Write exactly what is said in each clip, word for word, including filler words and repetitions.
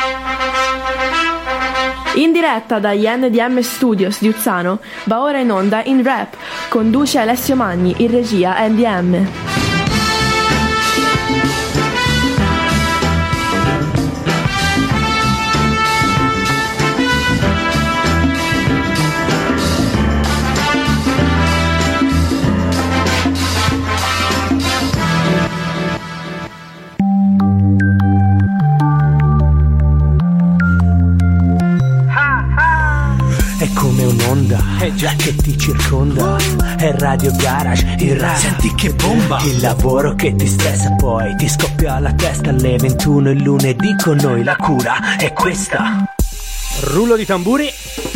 In diretta dagli N D M Studios di Uzzano, va ora in onda In Rap, conduce Alessio Magni, in regia N D M. È già che ti circonda, è Radio Garage, il rap. Senti che bomba! Il lavoro che ti stressa, poi ti scoppia la testa alle ventuno il lunedì con noi. La cura è questa. Rullo di tamburi.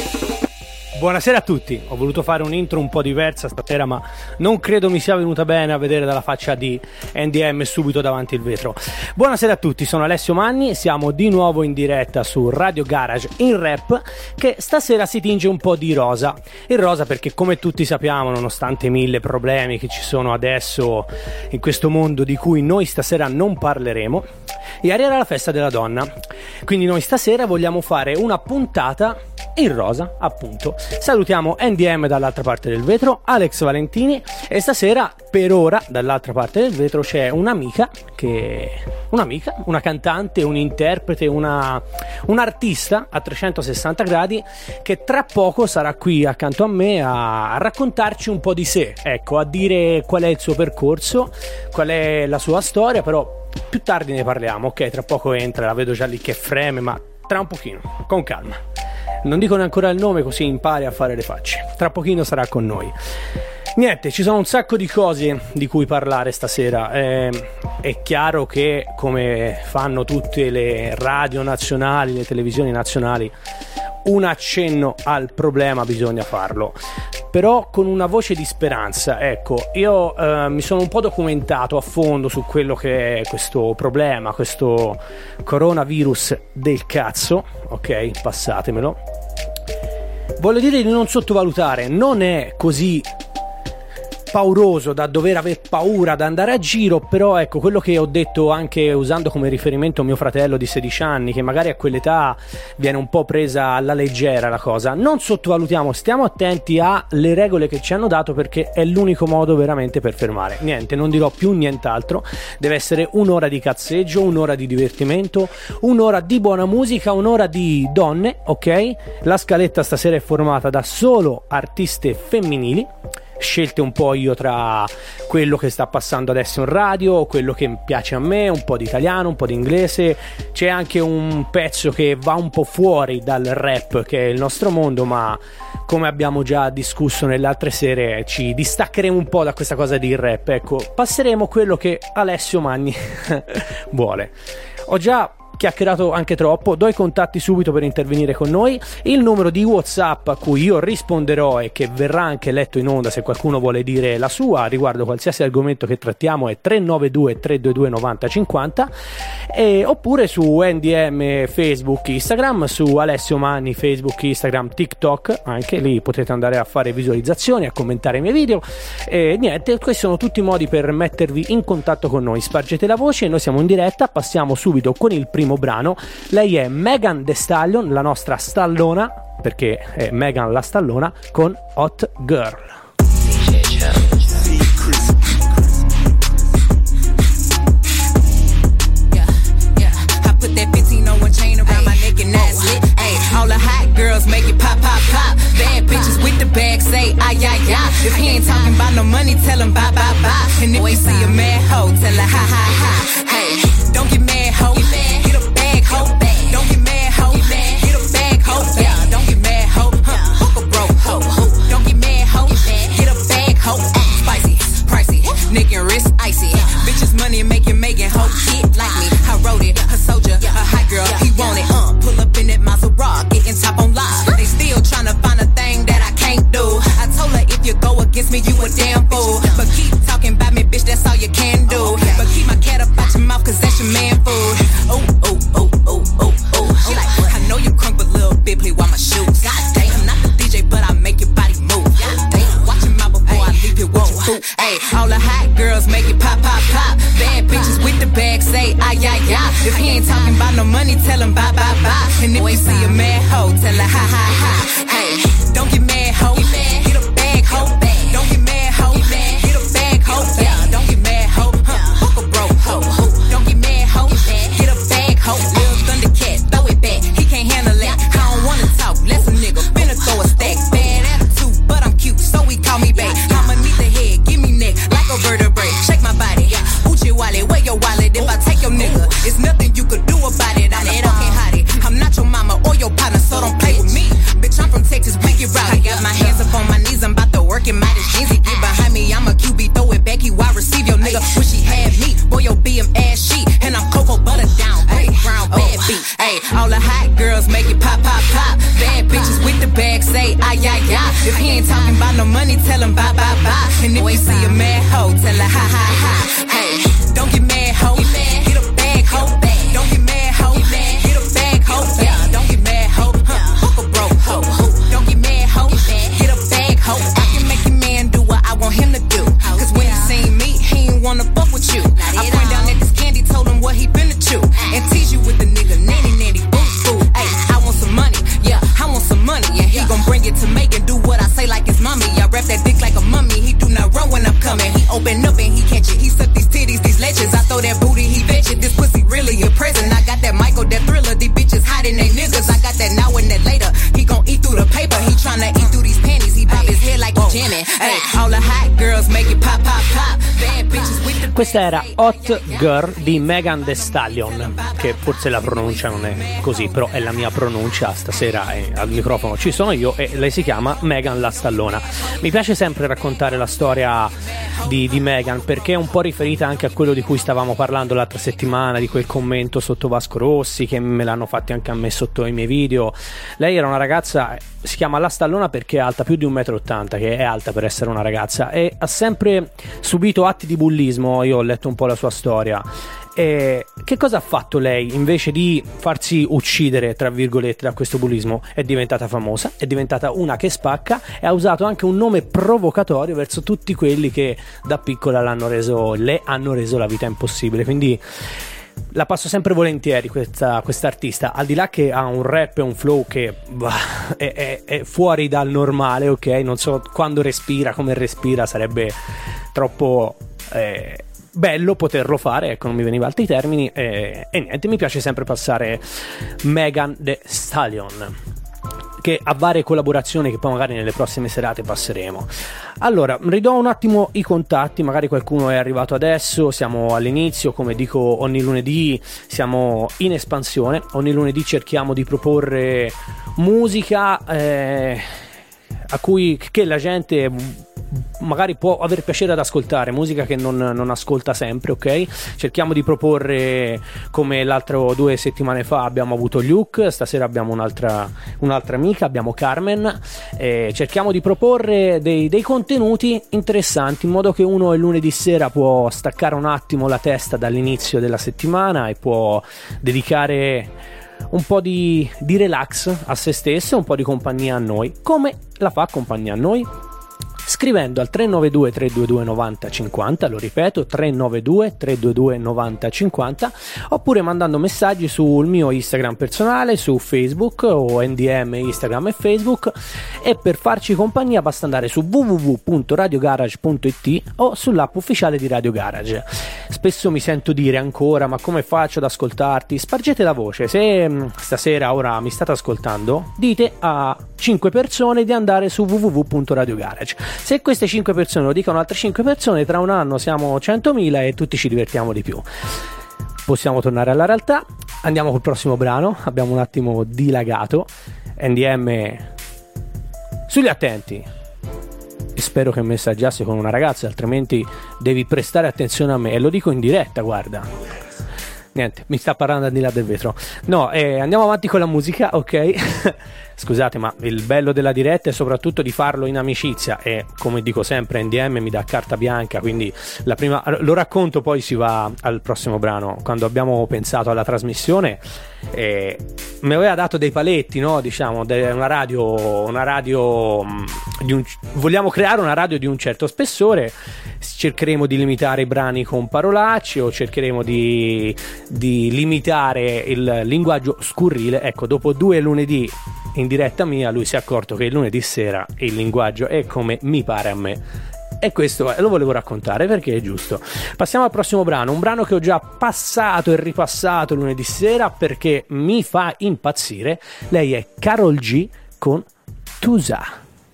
Buonasera a tutti, ho voluto fare un intro un po' diversa stasera, ma non credo mi sia venuta bene a vedere dalla faccia di N D M subito davanti il vetro. Buonasera a tutti, sono Alessio Manni, siamo di nuovo in diretta su Radio Garage in Rap, che stasera si tinge un po' di rosa. Il rosa perché, come tutti sappiamo, nonostante i mille problemi che ci sono adesso in questo mondo di cui noi stasera non parleremo, ieri era la festa della donna, quindi noi stasera vogliamo fare una puntata in rosa, appunto. Salutiamo N D M dall'altra parte del vetro, Alex Valentini, e stasera per ora dall'altra parte del vetro c'è un'amica che un'amica, una cantante, un interprete, una un artista a trecentosessanta gradi che tra poco sarà qui accanto a me a, a raccontarci un po' di sé, ecco, a dire qual è il suo percorso, qual è la sua storia, però più tardi ne parliamo, ok? Tra poco entra, la vedo già lì che freme, ma tra un pochino, con calma. Non dico ancora il nome così impari a fare le facce. Tra pochino sarà con noi. Niente, ci sono un sacco di cose di cui parlare stasera. Eh, è chiaro che, come fanno tutte le radio nazionali, le televisioni nazionali, un accenno al problema bisogna farlo, però con una voce di speranza. Ecco, io eh, mi sono un po' documentato a fondo su quello che è questo problema, questo coronavirus del cazzo, ok? Passatemelo. Voglio dire di non sottovalutare, non è così pauroso da dover aver paura da andare a giro, però ecco quello che ho detto anche usando come riferimento mio fratello di sedici anni, che magari a quell'età viene un po' presa alla leggera la cosa. Non sottovalutiamo, stiamo attenti alle regole che ci hanno dato, perché è l'unico modo veramente per fermare. Niente, non dirò più nient'altro, deve essere un'ora di cazzeggio, un'ora di divertimento, un'ora di buona musica, un'ora di donne, ok? La scaletta stasera è formata da solo artiste femminili, scelte un po' io tra quello che sta passando adesso in radio, quello che piace a me, un po' di italiano, un po' di inglese. C'è anche un pezzo che va un po' fuori dal rap, che è il nostro mondo, ma come abbiamo già discusso nelle altre sere ci distaccheremo un po' da questa cosa di rap. Ecco, passeremo quello che Alessio Magni vuole. Ho già chiacchierato anche troppo, do i contatti subito per intervenire con noi. Il numero di WhatsApp a cui io risponderò e che verrà anche letto in onda se qualcuno vuole dire la sua riguardo qualsiasi argomento che trattiamo è tre nove due tre due due nove zero cinque zero, e oppure su N D M Facebook, Instagram, su Alessio Manni Facebook, Instagram, TikTok, anche lì potete andare a fare visualizzazioni, a commentare i miei video. E niente, questi sono tutti i modi per mettervi in contatto con noi. Spargete la voce, noi siamo in diretta, passiamo subito con il primo brano. Lei è Megan Thee Stallion, la nostra stallona, perché è Megan la stallona, con Hot Girl. Yeah, yeah. I put that fifteen oh one chain around my neck and that's lit. Ay, all the hot girls make it pop, pop, pop. Bad bitches with the bag say ay, ay, ay. If he ain't talking about no money, tell him bye, bye, bye. And if you see a mad hoe, tell her ha, ha, ha. Hey, don't get mad, hoe. Get a bag, hoe. Don't get mad, hoe. Get a bag, hoe. Yeah, don't get mad, hoe. Huh, fuck a broke hoe. Don't get mad, hoe. Get a bag, hoe. Spicy, pricey, neck and wrist icy. Bitches money making, making hoe kid like me. I wrote it, a soldier, a hot girl, he want it. Uh, pull up in that Maserati, getting top on live. They still tryna find a thing that I can't do. I told her if you go against me, you a damn fool. But keep talking about me, bitch, that's all you can do. But keep my cat up out your mouth, cause that's your man food. no money, tell him bye, bye, bye. And if you see a mad hoe, tell her ha, ha, ha. Hey, don't get mad, hoe. Get a bag, hoe. Don't get mad, hoe. Get a bag, hoe. Yeah, don't get mad, hoe. Huh, fuck a broke hoe. Don't get mad, hoe. Get a bag, hoe. Lil Thundercat, throw it back. He can't handle that. I don't wanna talk, let's a nigga finna throw a stack. Bad attitude, but I'm cute, so he call me back. I'ma need the head, give me neck, like a vertebrae. Shake my body, Uchi wallet, where your wallet? If I take your nigga, it's nothing you could do about it. I'm a fucking hottie, I'm not your mama or your partner, so don't play with me. Bitch, I'm from Texas, wicked rowdy. I got my hands up on my knees, I'm about to work in my jeans. He get behind me, I'm a Q B, throw it back, he wide receive your nigga. Wish he had me, boy, your B M ass sheet, and I'm cocoa butter down, break brown, bad beat. Hey, all the hot girls make it pop, pop, pop. Bad bitches with the bag say, ay, ay, ay. If he ain't talking about no money, tell him bye, bye, bye. And if you see a mad hoe, tell her ha, ha, ha. Hey, don't get mad, hoe. Get a bag, hoe. Don't get mad, hoe. Get a bag, hoe. Yeah, don't get mad, hoe. Huh, fuck a broke hoe. Don't get mad, hoe. Get a bag, hoe. I can make your man do what I want him to do. Cause when he seen me, he ain't wanna fuck with you. I point down at this candy, told him what he finna chew. And tease you with the nigga, nanny, nanny, boo, boo. Ay, I want some money, yeah, I want some money. And he gon' bring it to make and do what I say like his mommy. I wrap that dick like a mummy, he do not run when I'm coming. He open up and he catch it, he suck these titties, these leches. I throw that booty, he fetch it, this pussy really a present. I got that Michael, that Thriller, these bitches hiding they niggas. I got that now and that later, he gon' eat through the paper. He tryna eat through these panties, he pop his head like a jamming. Hey, all the hot girls make it pop, pop, pop. Bad bitches with the... Questa era Hot Girl di Megan Thee Stallion, che forse la pronuncia non è così, però è la mia pronuncia. Stasera eh, al microfono ci sono io e lei si chiama Megan La Stallona. Mi piace sempre raccontare la storia di, di Megan, perché è un po' riferita anche a quello di cui stavamo parlando l'altra settimana, di quel commento sotto Vasco Rossi, che me l'hanno fatti anche a me sotto i miei video. Lei era una ragazza, si chiama La Stallona perché è alta più di un metro e ottanta, che è alta per essere una ragazza, e ha sempre subito atti di bullismo. Io ho letto un po' la sua storia. E che cosa ha fatto lei? Invece di farsi uccidere, tra virgolette, da questo bullismo, è diventata famosa, è diventata una che spacca e ha usato anche un nome provocatorio verso tutti quelli che da piccola l'hanno reso, le hanno reso la vita impossibile. Quindi la passo sempre volentieri questa artista, al di là che ha un rap e un flow che bah, è, è, è fuori dal normale, ok? Non so quando respira, come respira, sarebbe troppo eh, bello poterlo fare, ecco, non mi veniva altri termini, e, e niente, mi piace sempre passare Megan Thee Stallion, che ha varie collaborazioni che poi magari nelle prossime serate passeremo. Allora, ridò un attimo i contatti, magari qualcuno è arrivato adesso, siamo all'inizio, come dico ogni lunedì siamo in espansione, ogni lunedì cerchiamo di proporre musica eh, a cui che la gente magari può avere piacere ad ascoltare, musica che non, non ascolta sempre, ok? Cerchiamo di proporre, come l'altro due settimane fa abbiamo avuto Luke, stasera abbiamo un'altra, un'altra amica, abbiamo Carmen, eh, cerchiamo di proporre dei, dei contenuti interessanti in modo che uno il lunedì sera può staccare un attimo la testa dall'inizio della settimana e può dedicare un po' di, di relax a se stesso, un po' di compagnia a noi. Come la fa compagnia a noi? Scrivendo al tre nove due tre due due nove zero cinque zero, lo ripeto, tre nove due tre due due nove zero cinque zero, oppure mandando messaggi sul mio Instagram personale, su Facebook o N D M Instagram e Facebook. E per farci compagnia basta andare su w w w punto radio garage punto i t o sull'app ufficiale di Radio Garage. Spesso mi sento dire ancora: ma come faccio ad ascoltarti? Spargete la voce. Se stasera ora mi state ascoltando, dite a cinque persone di andare su w w w punto radio garage. Se queste cinque persone lo dicono altre cinque persone, tra un anno siamo centomila e tutti ci divertiamo di più. Possiamo tornare alla realtà, andiamo col prossimo brano, abbiamo un attimo dilagato. N D M sugli attenti, e spero che messaggiassi con una ragazza, altrimenti devi prestare attenzione a me, e lo dico in diretta, guarda. Niente, mi sta parlando al di là del vetro. No, eh, andiamo avanti con la musica, ok? Scusate, ma il bello della diretta è soprattutto di farlo in amicizia, e come dico sempre N D M mi dà carta bianca, quindi la prima lo racconto, poi si va al prossimo brano. Quando abbiamo pensato alla trasmissione, eh, mi aveva dato dei paletti, no? Diciamo, de- una radio, una radio mh, di un, vogliamo creare una radio di un certo spessore, cercheremo di limitare i brani con parolacce o cercheremo di, di limitare il linguaggio scurrile. Ecco, dopo due lunedì in diretta mia, lui si è accorto che il lunedì sera il linguaggio è come mi pare a me. E questo lo volevo raccontare perché è giusto. Passiamo al prossimo brano, un brano che ho già passato e ripassato lunedì sera perché mi fa impazzire. Lei è Karol G con Tusa.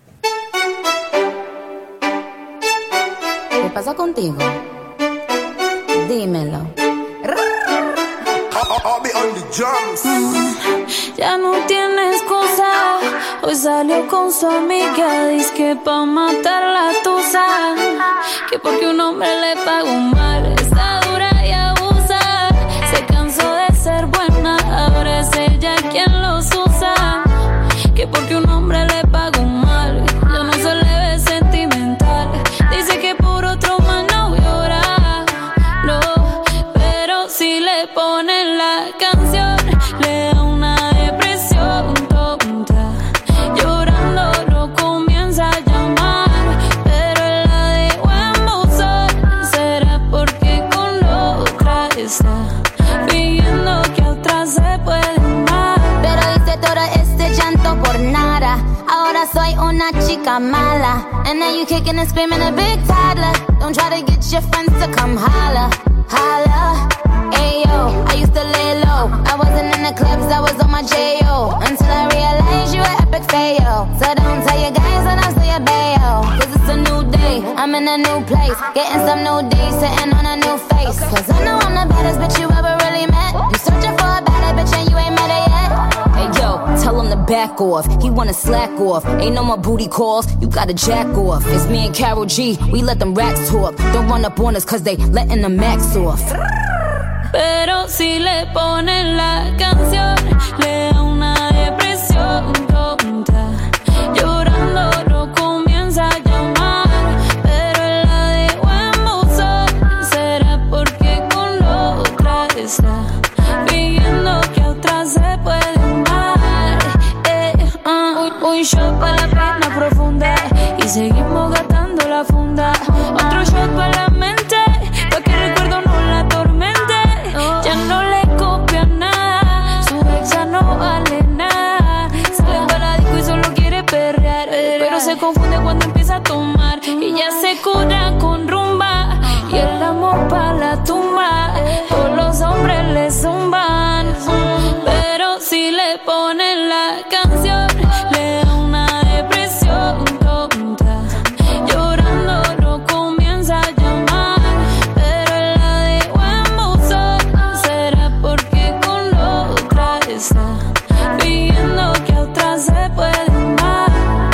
¿Qué pasa contigo? Dímelo. Ya no tiene excusa. Hoy salió con su amiga, dice que pa' matar la tusa, que porque un hombre le pagó mal, está dura y abusa. Se cansó de ser buena, ahora es ella quien los usa, que porque un hombre le pagó mal, ya no se le ve sentimental. Dice que por otro más no llora, no, pero si le ponen la canción le da una depresión tonta. Llorando lo comienza a llamar, pero él la dejó en buzón. Será porque con la otra está fingiendo que a otra se puede amar. Pero hice todo este llanto por nada. Ahora soy una chica mala. And now you kicking and screaming a big toddler. Don't try to get your friends to come holla, holla. Ayo, I used to lay low. I wasn't in the clubs, I was on my J O. Until I realized you were epic fail. So don't tell your guys that I'm still your bayo. Cause it's a new day, I'm in a new place. Getting some new days, sitting on a new face. Cause I know I'm the baddest bitch you ever really met. You searching for a better bitch and you ain't met her yet. Hey yo, tell him to back off. He wanna slack off. Ain't no more booty calls, you gotta jack off. It's me and Karol G, we let them racks talk. Don't run up on us cause they letting the max off. Pero si le ponen la canción le da una depresión tonta. Llorando lo comienza a llamar, pero él la dejó en buzón. Será porque con la otra está fingiendo que a otra se puede amar. eh, uh, Un shot para la pena profunda y seguimos gastando la funda. Otro shot para la mente, pa' que el recuerdo no la atormente. Ya no le copia nada, su ex ya no vale nada. Sale para la disco y solo quiere perrear, pero se confunde cuando empieza a tomar. Y ya se cura con rumba y el amor pa' la tumba. Todos los hombres le zumban, pero si le ponen la canción le da una depresión tonta. Llorando lo comienza a llamar, pero él la dejó en buzón. Será porque con la otra está fingiendo que a otra se puede amar.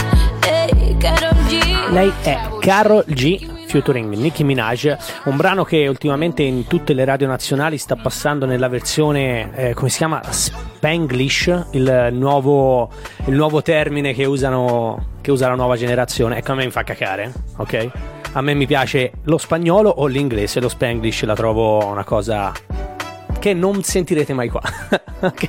Hey, Karol G. Lei è Karol G featuring Nicki Minaj, un brano che ultimamente in tutte le radio nazionali sta passando nella versione eh, come si chiama? Spanglish, il nuovo, il nuovo termine che usano che usa la nuova generazione. Ecco, a me mi fa cacare, ok? A me mi piace lo spagnolo o l'inglese, lo Spanglish la trovo una cosa che non sentirete mai qua. Ok?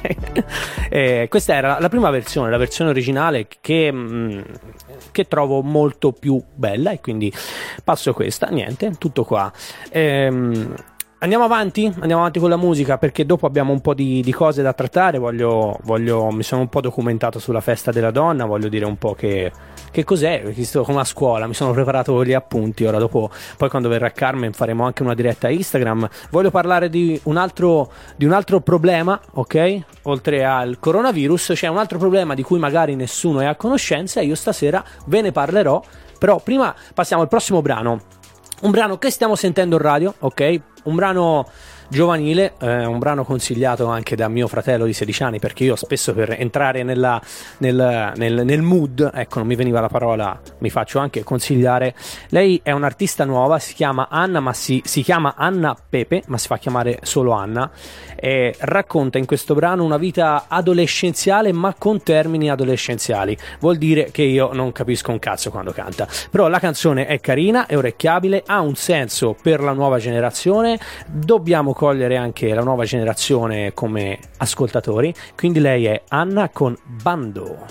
Eh, questa era la prima versione, la versione originale che, mh, che trovo molto più bella e quindi passo questa. Niente, tutto qua. Ehm, Andiamo avanti, andiamo avanti con la musica perché dopo abbiamo un po' di, di cose da trattare. Voglio, voglio, mi sono un po' documentato sulla festa della donna, voglio dire un po' che, che cos'è, perché sto come a scuola, mi sono preparato gli appunti. Ora dopo, poi quando verrà Carmen faremo anche una diretta Instagram. Voglio parlare di un altro, di un altro problema, ok? Oltre al coronavirus c'è un altro problema di cui magari nessuno è a conoscenza e io stasera ve ne parlerò. Però prima passiamo al prossimo brano. Un brano che stiamo sentendo in radio, ok? Un brano giovanile, eh, un brano consigliato anche da mio fratello di sedici anni, perché io spesso per entrare nella, nel, nel, nel mood, ecco non mi veniva la parola, mi faccio anche consigliare. Lei è un'artista nuova, si chiama Anna, ma si, si chiama Anna Pepe, ma si fa chiamare solo Anna, e racconta in questo brano una vita adolescenziale ma con termini adolescenziali. Vuol dire che io non capisco un cazzo quando canta, però la canzone è carina, è orecchiabile, ha un senso per la nuova generazione. Dobbiamo cogliere anche la nuova generazione come ascoltatori, quindi lei è Anna con Bando.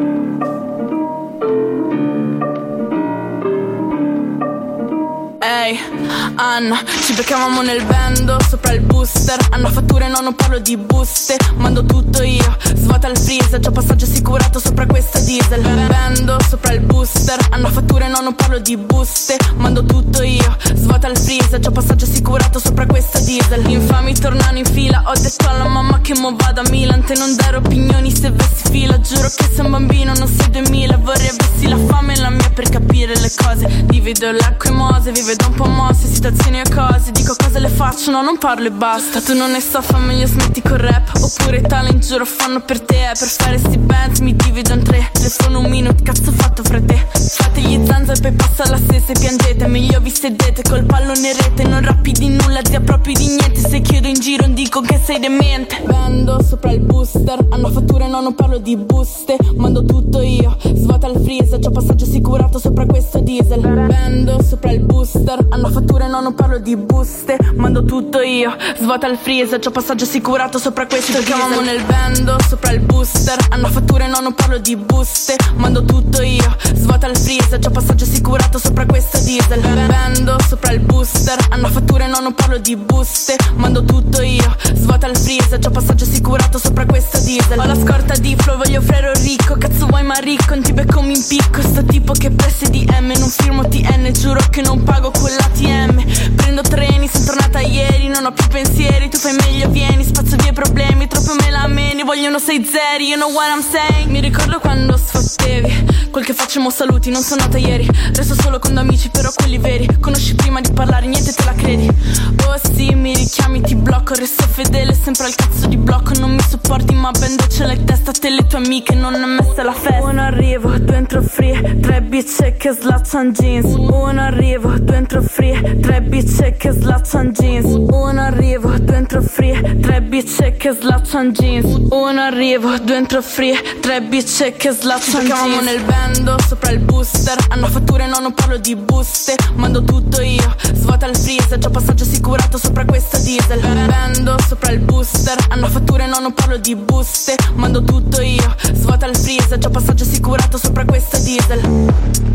Ehi, Anna, ci beccavamo nel bando sopra il booster. Hanno fatture, no, non parlo di buste. Mando tutto io, svuota il freezer. C'ho passaggio assicurato sopra questa diesel. Bando sopra il booster. Hanno fatture, no, non parlo di buste. Mando tutto io, svuota il freezer. C'ho passaggio assicurato sopra questa diesel. Infami tornano in fila. Ho detto alla mamma che mo vado a Milan. Te non dare opinioni se vessi fila. Giuro che sei un bambino, non sei duemila. Vorrei avessi la fame e la mia per capire le cose. Divido l'acqua e mose, vive da un po' mosse, situazioni e cose. Dico cosa le faccio, no, non parlo e basta. Tu non ne so, fa meglio smetti col rap. Oppure talent, giuro, fanno per te. Per fare sti band mi divido in tre. Telefono un minuto, cazzo fatto fra te. Fate gli zanza e poi passa la stessa e piangete. Meglio vi sedete col pallone in rete. Non rappi di nulla, zia proprio di niente. Se chiedo in giro dico che sei demente. Vendo sopra il booster. Hanno fatture, no, non parlo di buste. Mando tutto io, svuota il freezer. C'ho passaggio assicurato sopra questo diesel. Vendo sopra il booster. Hanno fatture, no, non parlo di buste. Mando tutto io, svuota il freezer. C'ho passaggio assicurato sopra questo diesel. Chiamamo nel bando sopra il booster. Hanno fatture, no, non parlo di buste. Mando tutto io, svuota il freezer. C'ho passaggio assicurato sopra questo diesel. Bando sopra il booster. Hanno fatture, no, non parlo di buste. Mando tutto io, svuota il freezer. C'ho passaggio assicurato sopra questo diesel. Ho la scorta di flow, voglio frero ricco. Cazzo vuoi ma ricco, non ti becco mi impicco. Sto tipo che presse di M, non firmo T N. Giuro che non pago quella T M. Prendo treni, sono tornata ieri. Non ho più pensieri, tu fai meglio vieni. Spazzo via i problemi, troppo me la meni. Vogliono sei zeri, you know what I'm saying. Mi ricordo quando sfottevi. Quel che facciamo saluti, non sono nata ieri. Resto solo con amici, però quelli veri. Conosci prima di parlare, niente te la credi. Oh sì, mi richiami, ti blocco. Resto fedele, sempre al cazzo di blocco. Non mi sopporti, ma bendo c'è la testa. Te le tue amiche, non è messa la festa. Uno arrivo, due entro free. Tre bitch che slaccian jeans. Uno arrivo, due entro free. Tre bitch che slaccian jeans. Uno arrivo, due entro free. Tre bitch che slaccian jeans. Uno arrivo, due entro free. Tre bitch che slaccian jeans. Nel bando sopra il booster. Hanno fatture, no, non parlo di buste. Mando tutto io, svuota il freezer. C'ho passaggio assicurato sopra questa diesel. Bando sopra il booster. Hanno fatture, no, non parlo di buste. Mando tutto io, svuota il freezer. C'ho passaggio assicurato sopra questa diesel.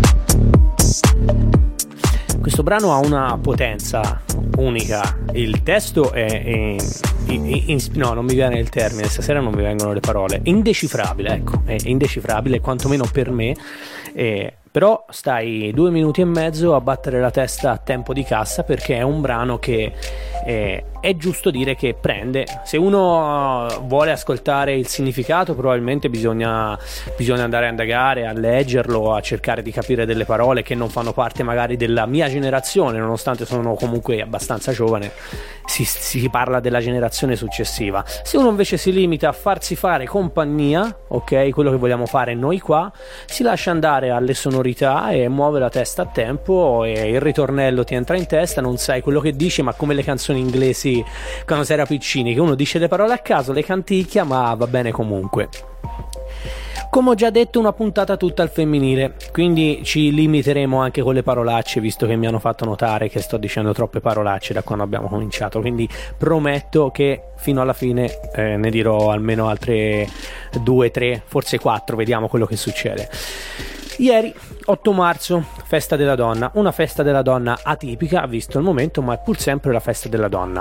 Questo brano ha una potenza unica. Il testo è, è, è, è no, non mi viene il termine, stasera non mi vengono le parole. Indecifrabile, ecco, è indecifrabile, quantomeno per me. Eh, però stai due minuti e mezzo a battere la testa a tempo di cassa, perché è un brano che eh, è giusto dire che prende. Se uno vuole ascoltare il significato, probabilmente bisogna, bisogna andare a indagare, a leggerlo, a cercare di capire delle parole che non fanno parte magari della mia generazione, nonostante sono comunque abbastanza giovane. Si, si parla della generazione successiva. Se uno invece si limita a farsi fare compagnia, ok, quello che vogliamo fare noi qua, si lascia andare alle sonorità e muove la testa a tempo e il ritornello ti entra in testa, non sai quello che dice, ma come le canzoni inglesi quando si era piccini, che uno dice le parole a caso, le canticchia, ma va bene comunque. Come ho già detto, una puntata tutta al femminile, quindi ci limiteremo anche con le parolacce, visto che mi hanno fatto notare che sto dicendo troppe parolacce da quando abbiamo cominciato, quindi prometto che fino alla fine eh, ne dirò almeno altre due, tre, forse quattro, vediamo quello che succede. Ieri, otto marzo, festa della donna, una festa della donna atipica, visto il momento, ma è pur sempre la festa della donna.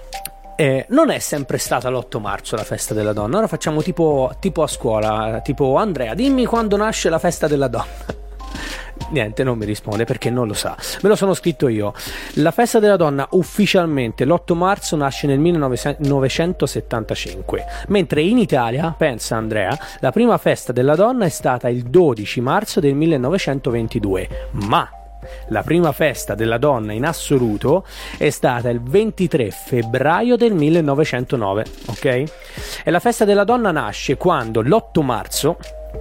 Eh, non è sempre stata l'otto marzo la festa della donna. Ora facciamo tipo, tipo a scuola, tipo Andrea, dimmi quando nasce la festa della donna. Niente, non mi risponde perché non lo sa, me lo sono scritto io. La festa della donna ufficialmente l'otto marzo nasce nel millenovecentosettantacinque, mentre in Italia, pensa Andrea, la prima festa della donna è stata il dodici marzo del millenovecentoventidue, ma la prima festa della donna in assoluto è stata il ventitré febbraio del millenovecentonove, ok? E la festa della donna nasce quando l'otto marzo,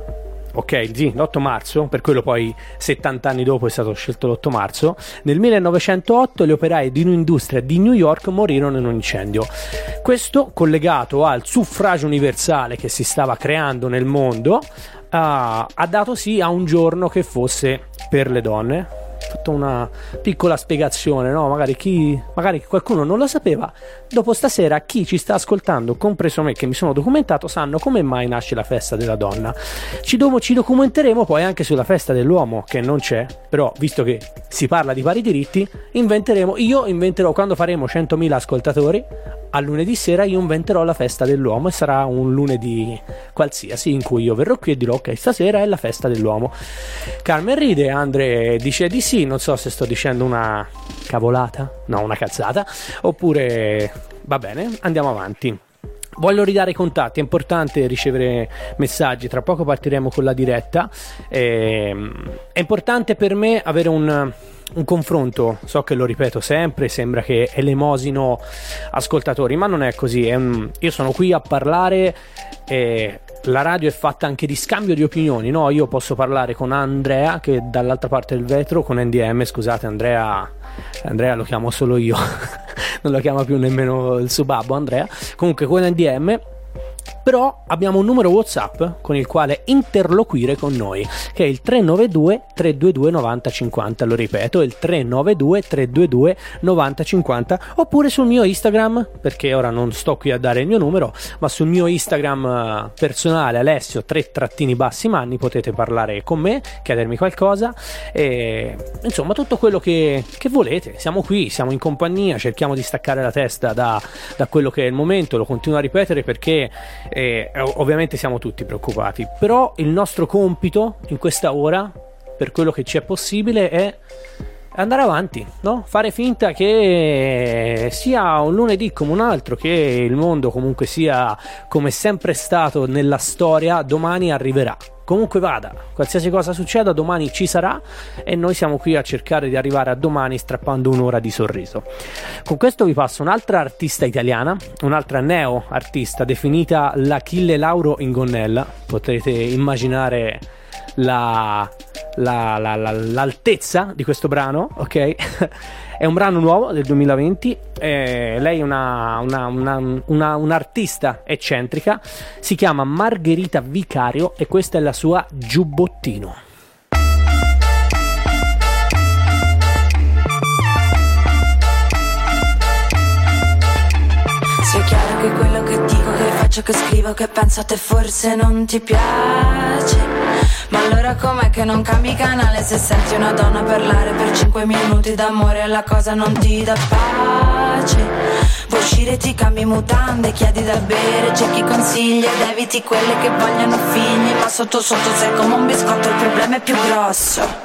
ok, sì, l'otto marzo, per quello poi settanta anni dopo è stato scelto l'otto marzo, nel millenovecentotto gli operai di un'industria di New York morirono in un incendio. Questo, collegato al suffragio universale che si stava creando nel mondo, uh, ha dato sì a un giorno che fosse per le donne. fatto una piccola spiegazione, no? Magari chi, magari qualcuno non lo sapeva. Dopo stasera chi ci sta ascoltando, compreso me che mi sono documentato, sanno come mai nasce la festa della donna. Ci, do- ci documenteremo poi anche sulla festa dell'uomo, che non c'è, però visto che si parla di pari diritti, inventeremo, io inventerò, quando faremo centomila ascoltatori a lunedì sera, io inventerò la festa dell'uomo, e sarà un lunedì qualsiasi in cui io verrò qui e dirò ok, stasera è la festa dell'uomo. Carmen ride, Andre dice di sì, non so se sto dicendo una cavolata, no, una cazzata, oppure va bene, andiamo avanti. Voglio ridare i contatti, è importante ricevere messaggi, tra poco partiremo con la diretta, ehm, è importante per me avere un, un confronto, so che lo ripeto sempre, sembra che elemosino ascoltatori, ma non è così, è un, io sono qui a parlare, e la radio è fatta anche di scambio di opinioni, no? Io posso parlare con Andrea che è dall'altra parte del vetro, con N D M, scusate Andrea, Andrea lo chiamo solo io non lo chiama più nemmeno il suo babbo Andrea, comunque con N D M. Però abbiamo un numero WhatsApp con il quale interloquire con noi, che è il tre nove due tre due due nove zero cinque zero, lo ripeto, il tre nove due tre due due nove zero cinque zero, oppure sul mio Instagram, perché ora non sto qui a dare il mio numero, ma sul mio Instagram personale Alessio tre trattini bassi Manni potete parlare con me, chiedermi qualcosa, e insomma tutto quello che, che volete. Siamo qui, siamo in compagnia, cerchiamo di staccare la testa da, da quello che è il momento, lo continuo a ripetere perché Eh, ovviamente siamo tutti preoccupati, però il nostro compito in questa ora, per quello che ci è possibile, è andare avanti, no? Fare finta che sia un lunedì come un altro, che il mondo comunque sia come sempre stato nella storia, domani arriverà. Comunque vada, qualsiasi cosa succeda, domani ci sarà, e noi siamo qui a cercare di arrivare a domani strappando un'ora di sorriso. Con questo vi passo un'altra artista italiana, un'altra neo artista definita l'Achille Lauro in gonnella. Potete immaginare la, la, la, la, l'altezza di questo brano, ok? È un brano nuovo del duemilaventi, eh, lei è una, una, una, una, un'artista eccentrica, si chiama Margherita Vicario e questa è la sua Giubbottino. Sia chiaro che quello che dico, che faccio, che scrivo, che penso a te forse non ti piace. Ma allora com'è che non cambi canale se senti una donna parlare per cinque minuti d'amore e la cosa non ti dà pace? Vuoi uscire, ti cambi mutande, chiedi da bere, cerchi consigli ed eviti quelle che vogliono figli, ma sotto sotto sei come un biscotto, il problema è più grosso.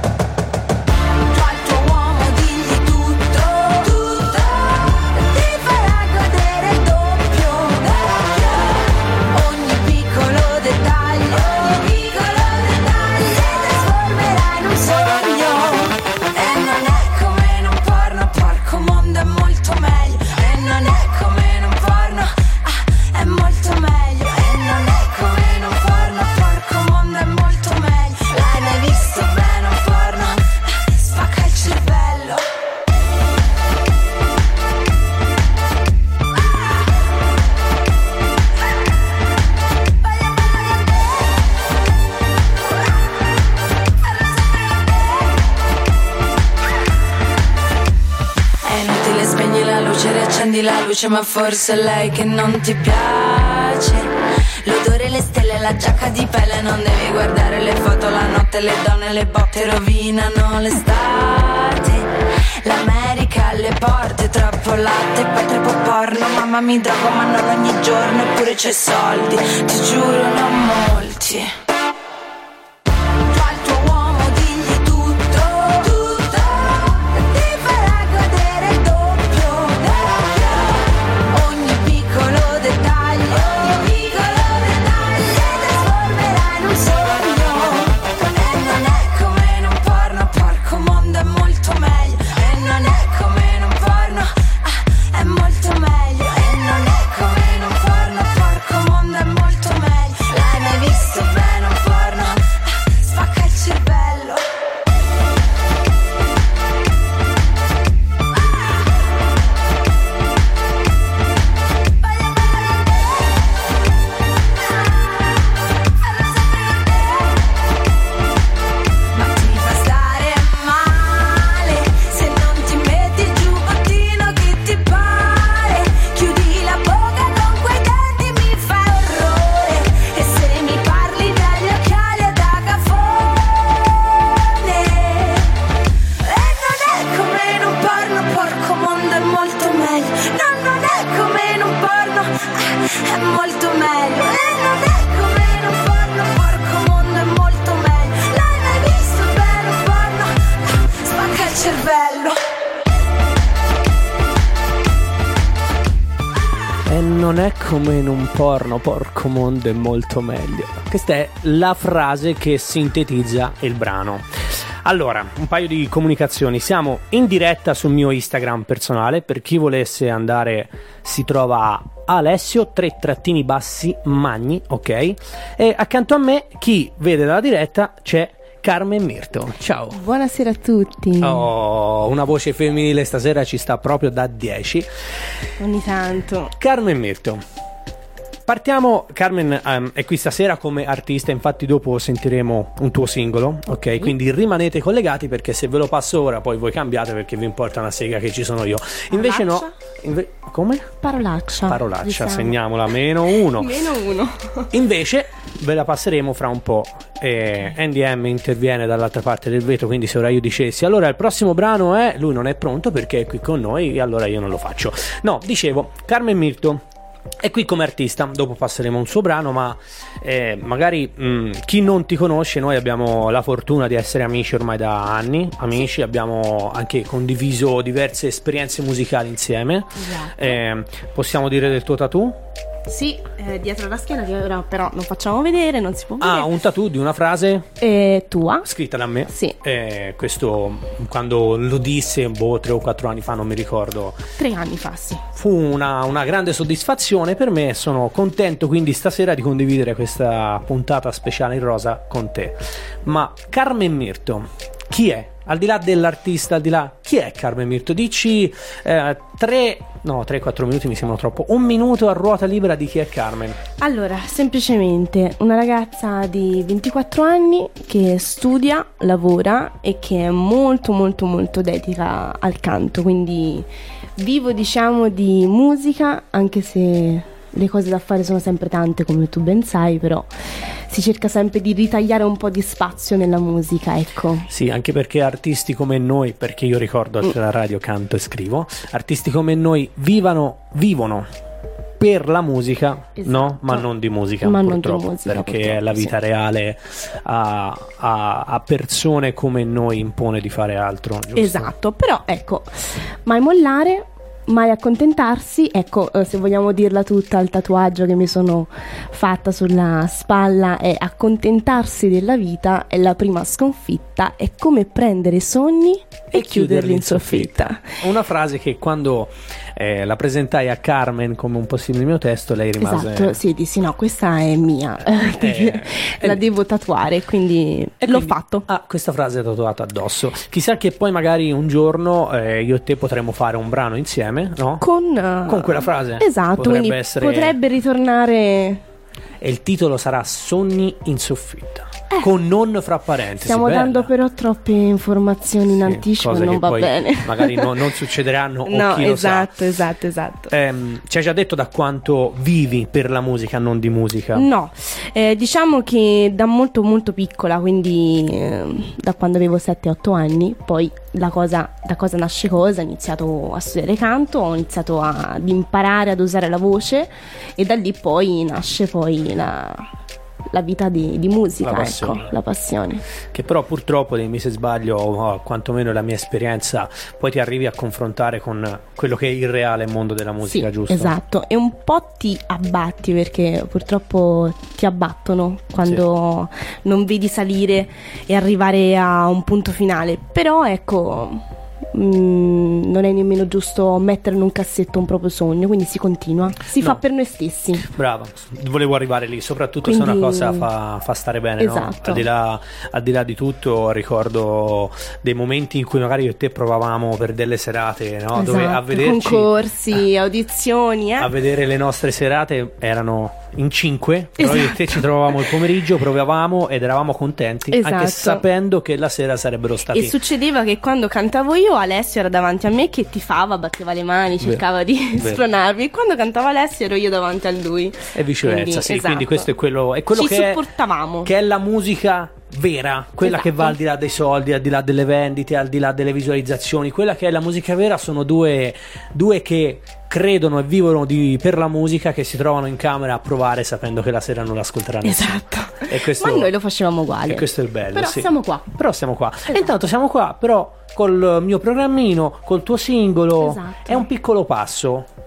La luce, ma forse è lei che non ti piace. L'odore, le stelle, la giacca di pelle, non devi guardare le foto, la notte, le donne, le botte rovinano l'estate. L'America alle porte, troppo latte, poi troppo porno. Mamma mi drogo ma non ogni giorno, eppure c'hai soldi, ti giuro non molti. Molto meglio e non è come in un porno, porco mondo è molto meglio. è come in un porno, porco mondo è molto meglio. Questa è la frase che sintetizza il brano. Allora, un paio di comunicazioni. Siamo in diretta sul mio Instagram personale, per chi volesse andare si trova Alessio tre trattini bassi Magni, ok? E accanto a me, chi vede dalla diretta, c'è Carmen Mirto. Ciao. Buonasera a tutti. Oh, una voce femminile stasera ci sta proprio da dieci. Ogni tanto. Carmen Mirto. Partiamo, Carmen um, è qui stasera come artista, infatti dopo sentiremo un tuo singolo, ok? Sì. Quindi rimanete collegati, perché se ve lo passo ora poi voi cambiate, perché vi importa una sega che ci sono io. Invece Parolaccia? no, inve- come? Parolaccia. Parolaccia, diciamo. Segniamola, meno uno. Meno uno. Invece ve la passeremo fra un po'. E N D M interviene dall'altra parte del vetro, quindi se ora io dicessi allora il prossimo brano è, lui non è pronto perché è qui con noi, allora io non lo faccio. No, dicevo, Carmen Mirto è qui come artista, dopo passeremo un suo brano, ma eh, magari mh, chi non ti conosce, noi abbiamo la fortuna di essere amici ormai da anni, amici, abbiamo anche condiviso diverse esperienze musicali insieme. Esatto. Eh, possiamo dire del tuo tattoo? Sì, eh, dietro la schiena, che ora però non facciamo vedere, non si può vedere. Ah, un tattoo di una frase? Eh, tua? Scritta da me. Sì. Eh, questo quando lo disse, boh, tre o quattro anni fa, non mi ricordo. Tre anni fa, sì. Fu una, una grande soddisfazione per me, sono contento quindi stasera di condividere questa puntata speciale in rosa con te. Ma Carmen Mirto, chi è? Al di là dell'artista, al di là, chi è Carmen Mirto? Dici eh, tre, no, tre quattro minuti mi sembrano troppo. Un minuto a ruota libera di chi è Carmen. Allora, semplicemente una ragazza di ventiquattro anni che studia, lavora e che è molto molto molto dedica al canto, quindi vivo, diciamo, di musica, anche se le cose da fare sono sempre tante, come tu ben sai, però si cerca sempre di ritagliare un po' di spazio nella musica, ecco. Sì, anche perché artisti come noi, perché io ricordo che la radio canto e scrivo, artisti come noi vivano, vivono per la musica, esatto. No? Ma non di musica, Ma purtroppo, non di musica, perché purtroppo, la vita sì. reale a, a, a persone come noi impone di fare altro, giusto? Esatto, però ecco, mai mollare, mai accontentarsi, ecco, eh, se vogliamo dirla tutta, il tatuaggio che mi sono fatta sulla spalla è: accontentarsi della vita è la prima sconfitta, è come prendere i sogni e, e chiuderli in soffitta. Una frase che quando eh, la presentai a Carmen come un possibile mio testo, lei rimase... Esatto, sì, dissi no, questa è mia, eh, la eh, devo tatuare, quindi e l'ho quindi, fatto. Ah, questa frase è tatuata addosso. Chissà che poi magari un giorno eh, io e te potremo fare un brano insieme, no? Con, uh, Con quella frase. Esatto, potrebbe quindi essere... potrebbe ritornare... E il titolo sarà Sogni in soffitta, eh, con non fra parentesi. Stiamo bella. dando però troppe informazioni in Sì, anticipo, cose non che va poi bene. magari no, non succederanno. No, o chi lo esatto, sa. esatto, esatto. Ehm, ci hai già detto da quanto vivi per la musica, non di musica? No, eh, diciamo che da molto molto piccola, quindi eh, da quando avevo sette otto anni, poi la cosa, da cosa nasce cosa, ho iniziato a studiare canto, ho iniziato a, ad imparare ad usare la voce e da lì poi nasce poi la, la vita di, di musica, La passione. ecco, la passione. Che però purtroppo, dimmi se sbaglio, o quantomeno la mia esperienza, poi ti arrivi a confrontare con quello che è il reale mondo della musica, Sì, giusto? esatto, e un po' ti abbatti, perché purtroppo ti abbattono quando sì. non vedi salire e arrivare a un punto finale, però ecco... Mm, non è nemmeno giusto mettere in un cassetto un proprio sogno, quindi si continua, si No. fa per noi stessi. Brava, volevo arrivare lì, soprattutto Quindi... se una cosa fa, fa stare bene, esatto. no? Al di là, al di là di tutto, ricordo dei momenti in cui magari io e te provavamo per delle serate, no? Esatto. Dove a vederci, concorsi, audizioni, eh? a vedere le nostre serate erano in cinque, però io e te Esatto. ci trovavamo il pomeriggio, provavamo ed eravamo contenti, Esatto. anche sapendo che la sera sarebbero stati... E succedeva che quando cantavo io, Alessio era davanti a me che tifava, batteva le mani, Vero. cercava di Vero. spronarmi, e quando cantava Alessio ero io davanti a lui. E viceversa, Quindi, sì, esatto. quindi questo è quello, è quello Ci che, è, supportavamo. che è la musica vera, quella Esatto. che va al di là dei soldi, al di là delle vendite, al di là delle visualizzazioni. Quella che è la musica vera sono due, due che credono e vivono di, per la musica, che si trovano in camera a provare sapendo che la sera non l'ascolterà nessuno. Esatto. E questo, Ma noi lo facevamo uguale. e questo è il bello, Però sì. siamo qua. Però siamo qua. Esatto. E intanto siamo qua, però col mio programmino, col tuo singolo. Esatto. È un piccolo passo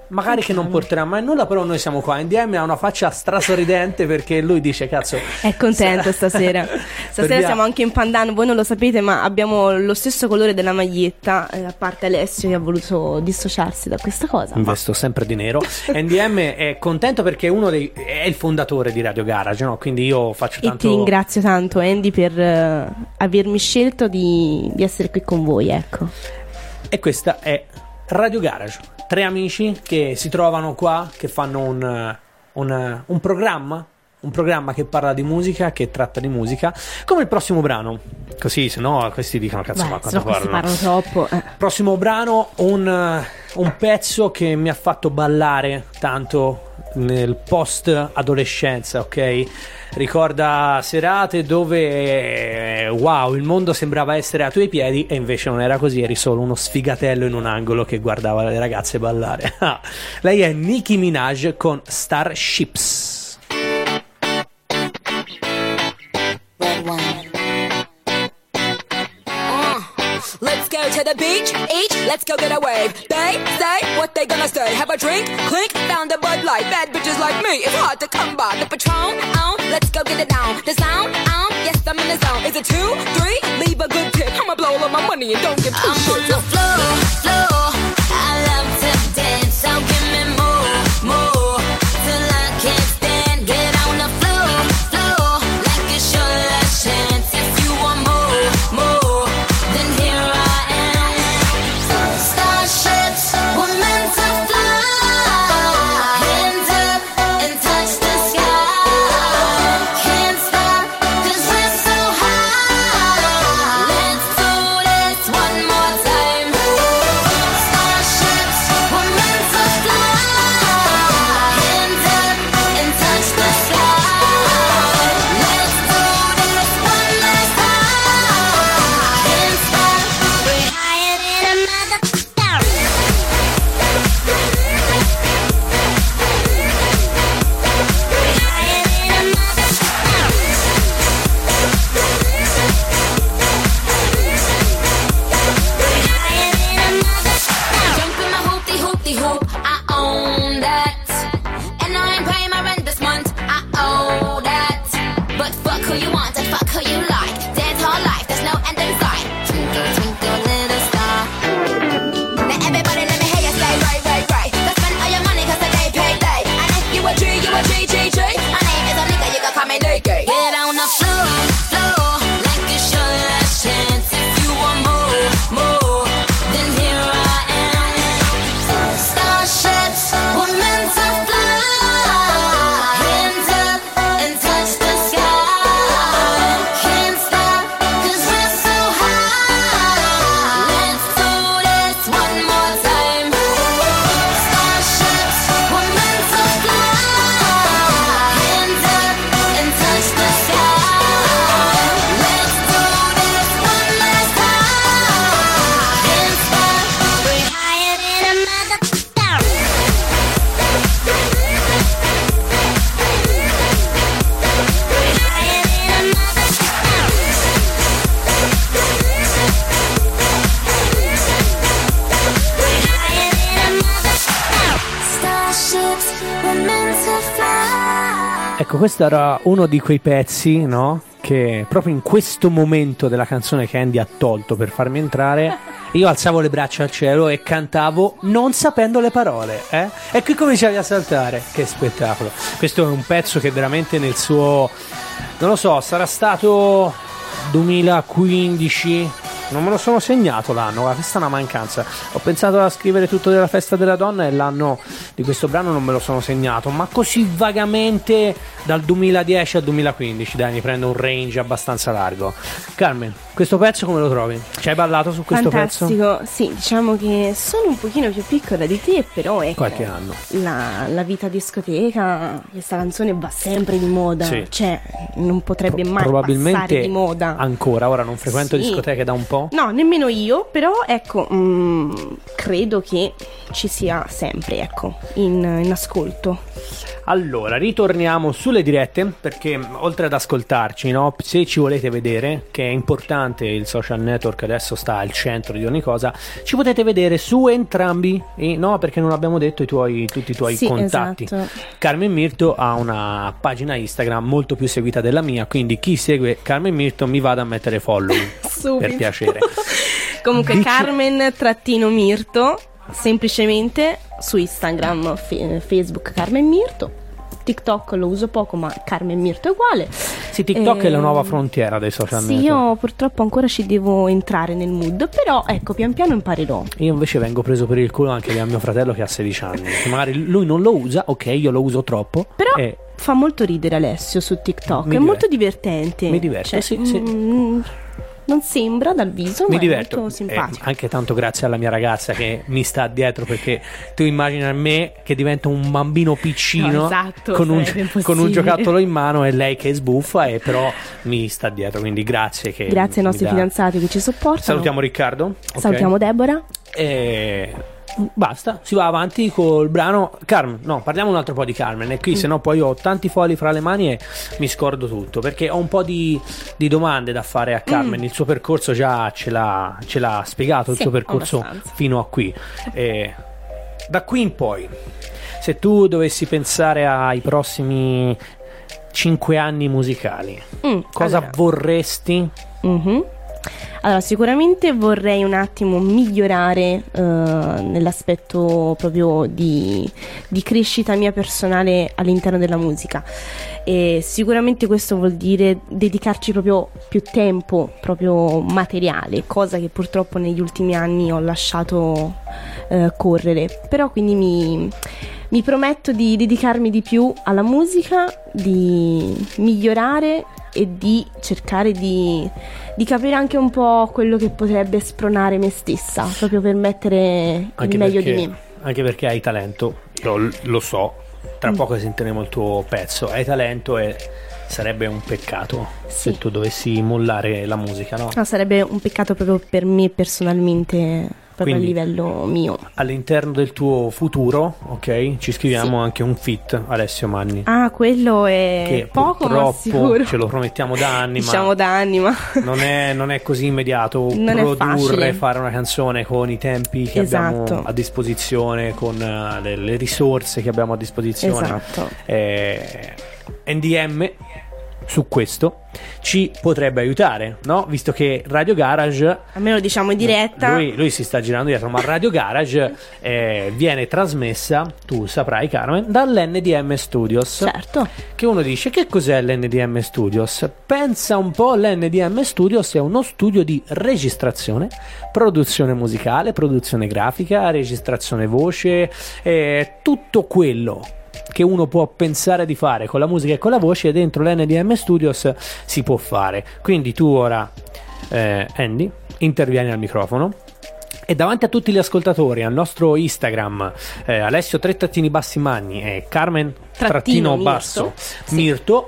magari che non porterà mai nulla, però noi siamo qua. N D M ha una faccia strasorridente perché lui dice cazzo è contento stasera. Stasera siamo anche in pandano, voi non lo sapete, ma abbiamo lo stesso colore della maglietta, eh, a parte Alessio che ha voluto dissociarsi da questa cosa. Investo ma... sempre di nero. N D M è contento perché è uno dei è il fondatore di Radio Garage, no? Quindi io faccio tanto. E ti ringrazio tanto, Andy, per uh, avermi scelto di, di essere qui con voi, ecco. E questa è Radio Garage, tre amici che si trovano qua, che fanno un, un, un programma, un programma che parla di musica, che tratta di musica, come il prossimo brano. Così, se no questi dicono cazzo, Beh, ma quando parlano? parlano troppo. Eh. Prossimo brano, un, un pezzo che mi ha fatto ballare tanto nel post adolescenza, ok? Ricorda serate dove wow, il mondo sembrava essere ai tuoi piedi e invece non era così, eri solo uno sfigatello in un angolo che guardava le ragazze ballare. Lei è Nicki Minaj con Starships. Let's go to the beach, each, let's go get a wave. They say what they gonna say. Have a drink, clink, found a Bud Light. Bad bitches like me, it's hard to come by. The Patron, on, let's go get it down. The sound, on, yes I'm in the zone. Is it two, three? Leave a good tip. I'ma blow all of my money and don't give two I'm shits. on the floor, floor. I love to dance, so give me more, more. Till I can't stand. Get on the floor, floor. Like it's your last chance. If you want more, more, then here I am. Starships were meant to fly. Hands up and touch the sky. Can't stop 'cause we're so high. Let's do this one more time. Starships were meant to fly. Hands up and touch the sky. Let's do this one last time. Can't stop. We're higher than a mother. Jump in my hoopty hoopty hoop, I own that. And I ain't paying my rent this month, I owe that. But fuck who you want and fuck who you like. Dance all life, there's no end in sight. Twinkle, twinkle, little star. Now everybody let me hear you say right, right, right. Let's spend all your money 'cause the day paid late. And if you a G, you a G, G, G. My name is a nigga, you can call me Nicky. Get on the floor, floor. Like it's your last chance. If you want more, more, then here I am. Starships were meant to fly. Hands up and touch the sky. Can't stop 'cause we're so high. Let's do this one more time. Starships were meant to fly. Hands up and touch the sky. Let's do this one last time. Can't stop. We're higher than a mother. Starships were meant to fly. Ecco, questo era uno di quei pezzi, no? Che proprio in questo momento della canzone che Andy ha tolto per farmi entrare, io alzavo le braccia al cielo e cantavo non sapendo le parole, eh? E qui cominciavi a saltare. Che spettacolo. Questo è un pezzo che veramente nel suo, non lo so, sarà stato duemilaquindici. Non me lo sono segnato l'anno, guarda, questa è una mancanza. Ho pensato a scrivere tutto della festa della donna e l'anno di questo brano non me lo sono segnato, ma così vagamente dal duemiladieci al duemilaquindici, dai, mi prendo un range abbastanza largo. Carmen, questo pezzo come lo trovi? Ci hai ballato su questo Fantastico. pezzo? Sì, diciamo che sono un pochino più piccola di te, però ecco, qualche anno. La, la vita discoteca, questa canzone va sempre di moda, sì. Cioè non potrebbe Pro- mai probabilmente passare di moda. Ancora, ora non frequento Sì. discoteche da un po'. No, nemmeno io, però ecco, mh, credo che ci sia sempre, ecco, in, in ascolto. Allora, ritorniamo sulle dirette, perché oltre ad ascoltarci, no, se ci volete vedere, che è importante, il social network adesso sta al centro di ogni cosa, ci potete vedere su entrambi, e, no, perché non abbiamo detto i tuoi, tutti i tuoi sì, contatti. Esatto. Carmen Mirto ha una pagina Instagram molto più seguita della mia, quindi chi segue Carmen Mirto mi vada a mettere follow per piacere. Comunque Dici... Carmen trattino Mirto semplicemente su Instagram, fe- Facebook Carmen Mirto, TikTok lo uso poco ma Carmen Mirto è uguale. Sì, TikTok e... è la nuova frontiera dei social sì, network. io purtroppo ancora ci devo entrare nel mood, però ecco, pian piano imparerò. Io invece vengo preso per il culo anche da mio fratello che ha sedici anni, che magari lui non lo usa, ok, io lo uso troppo, però e... fa molto ridere Alessio su TikTok, Mi è diverte. molto divertente. Mi diverte, cioè, sì, sì. mm, non sembra dal viso, mi ma diverto, è molto simpatico. eh, anche tanto grazie alla mia ragazza che mi sta dietro, perché tu immagini me che divento un bambino piccino, no, esatto, con, un, con un giocattolo in mano e lei che sbuffa, e però mi sta dietro, quindi grazie che grazie ai nostri dà... fidanzati che ci sopportano. Salutiamo Riccardo, okay. Salutiamo Deborah e basta, si va avanti col brano. Carmen, no, parliamo un altro po' di Carmen, e qui mm. se no poi ho tanti fogli fra le mani e mi scordo tutto, perché ho un po' di, di domande da fare a Carmen. mm. Il suo percorso già ce l'ha, ce l'ha spiegato, il sì, suo percorso abbastanza. Fino a qui, e da qui in poi, se tu dovessi pensare ai prossimi cinque anni musicali, mm, cosa allora. vorresti? Mm-hmm. Allora, sicuramente vorrei un attimo migliorare uh, nell'aspetto proprio di, di crescita mia personale all'interno della musica, e sicuramente questo vuol dire dedicarci proprio più tempo proprio materiale, cosa che purtroppo negli ultimi anni ho lasciato uh, correre. Però quindi mi, mi prometto di dedicarmi di più alla musica, di migliorare e di cercare di, di capire anche un po' quello che potrebbe spronare me stessa, proprio per mettere anche il meglio perché, di me. Anche perché hai talento, lo, lo so, tra mm. poco sentiremo il tuo pezzo, hai talento e sarebbe un peccato sì. se tu dovessi mollare la musica, no? No, sarebbe un peccato proprio per me personalmente, proprio Quindi, a livello mio. All'interno del tuo futuro, ok, ci scriviamo sì. anche un feat Alessio Manni. Ah, quello è che poco ma sicuro. Ce lo promettiamo da anni, diciamo ma da anni, ma non è, non è così immediato non produrre, fare una canzone con i tempi che esatto. abbiamo a disposizione, con uh, le, le risorse che abbiamo a disposizione. Esatto. Eh, N D M su questo ci potrebbe aiutare, no? Visto che Radio Garage, almeno diciamo in diretta, lui, lui si sta girando dietro, ma Radio Garage eh, viene trasmessa, tu saprai Carmen, dall'N D M Studios. Certo. Che uno dice: che cos'è l'N D M Studios? Pensa un po', l'N D M Studios è uno studio di registrazione, produzione musicale, produzione grafica, registrazione voce, eh, tutto quello che uno può pensare di fare con la musica e con la voce, dentro l'N D M Studios si può fare. Quindi tu ora, eh, Andy, intervieni al microfono e davanti a tutti gli ascoltatori, al nostro Instagram, eh, Alessio tre trattini bassi Magni e Carmen trattino, trattino basso Mirto, sì. Mirto,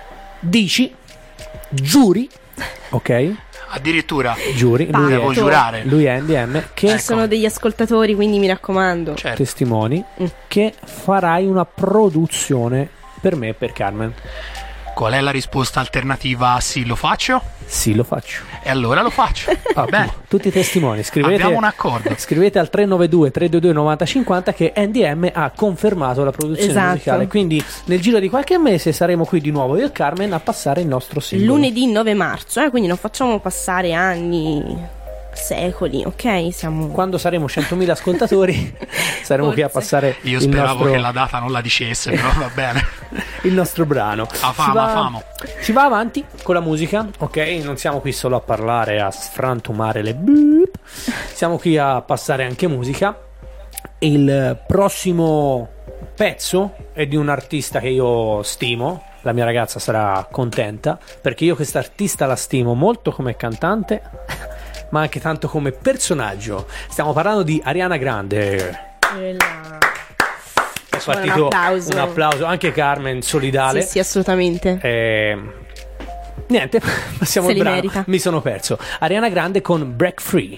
dici, giuri, ok? Addirittura giuri, lui devo è, giurare. Lui è N D M, che ci ecco, sono degli ascoltatori, quindi mi raccomando, certo. testimoni mm. che farai una produzione per me e per Carmen. Qual è la risposta alternativa? Sì, lo faccio? Sì, lo faccio. E allora lo faccio. Ah, Beh, tutti i testimoni, scrivete, abbiamo un accordo. Scrivete al tre nove due tre due due nove zero cinque zero che N D M ha confermato la produzione esatto. musicale. Quindi nel giro di qualche mese saremo qui di nuovo io e Carmen a passare il nostro singolo. Lunedì nove marzo, eh, quindi non facciamo passare anni, secoli, ok? Siamo... Quando saremo centomila ascoltatori saremo Forse. qui a passare io il speravo nostro... che la data non la dicesse, però va bene. il nostro brano. A fama, si va... a famo. Si va avanti con la musica, ok? Non siamo qui solo a parlare, a sfrantumare le beep. Siamo qui a passare anche musica. Il prossimo pezzo è di un artista che io stimo. La mia ragazza sarà contenta, perché io questa artista la stimo molto come cantante, ma anche tanto come personaggio. Stiamo parlando di Ariana Grande. Quella... È partito un applauso. un applauso, anche Carmen solidale. Sì, sì, assolutamente. Eh, niente, passiamo Se al li brano. merita. Mi sono perso. Ariana Grande con Break Free.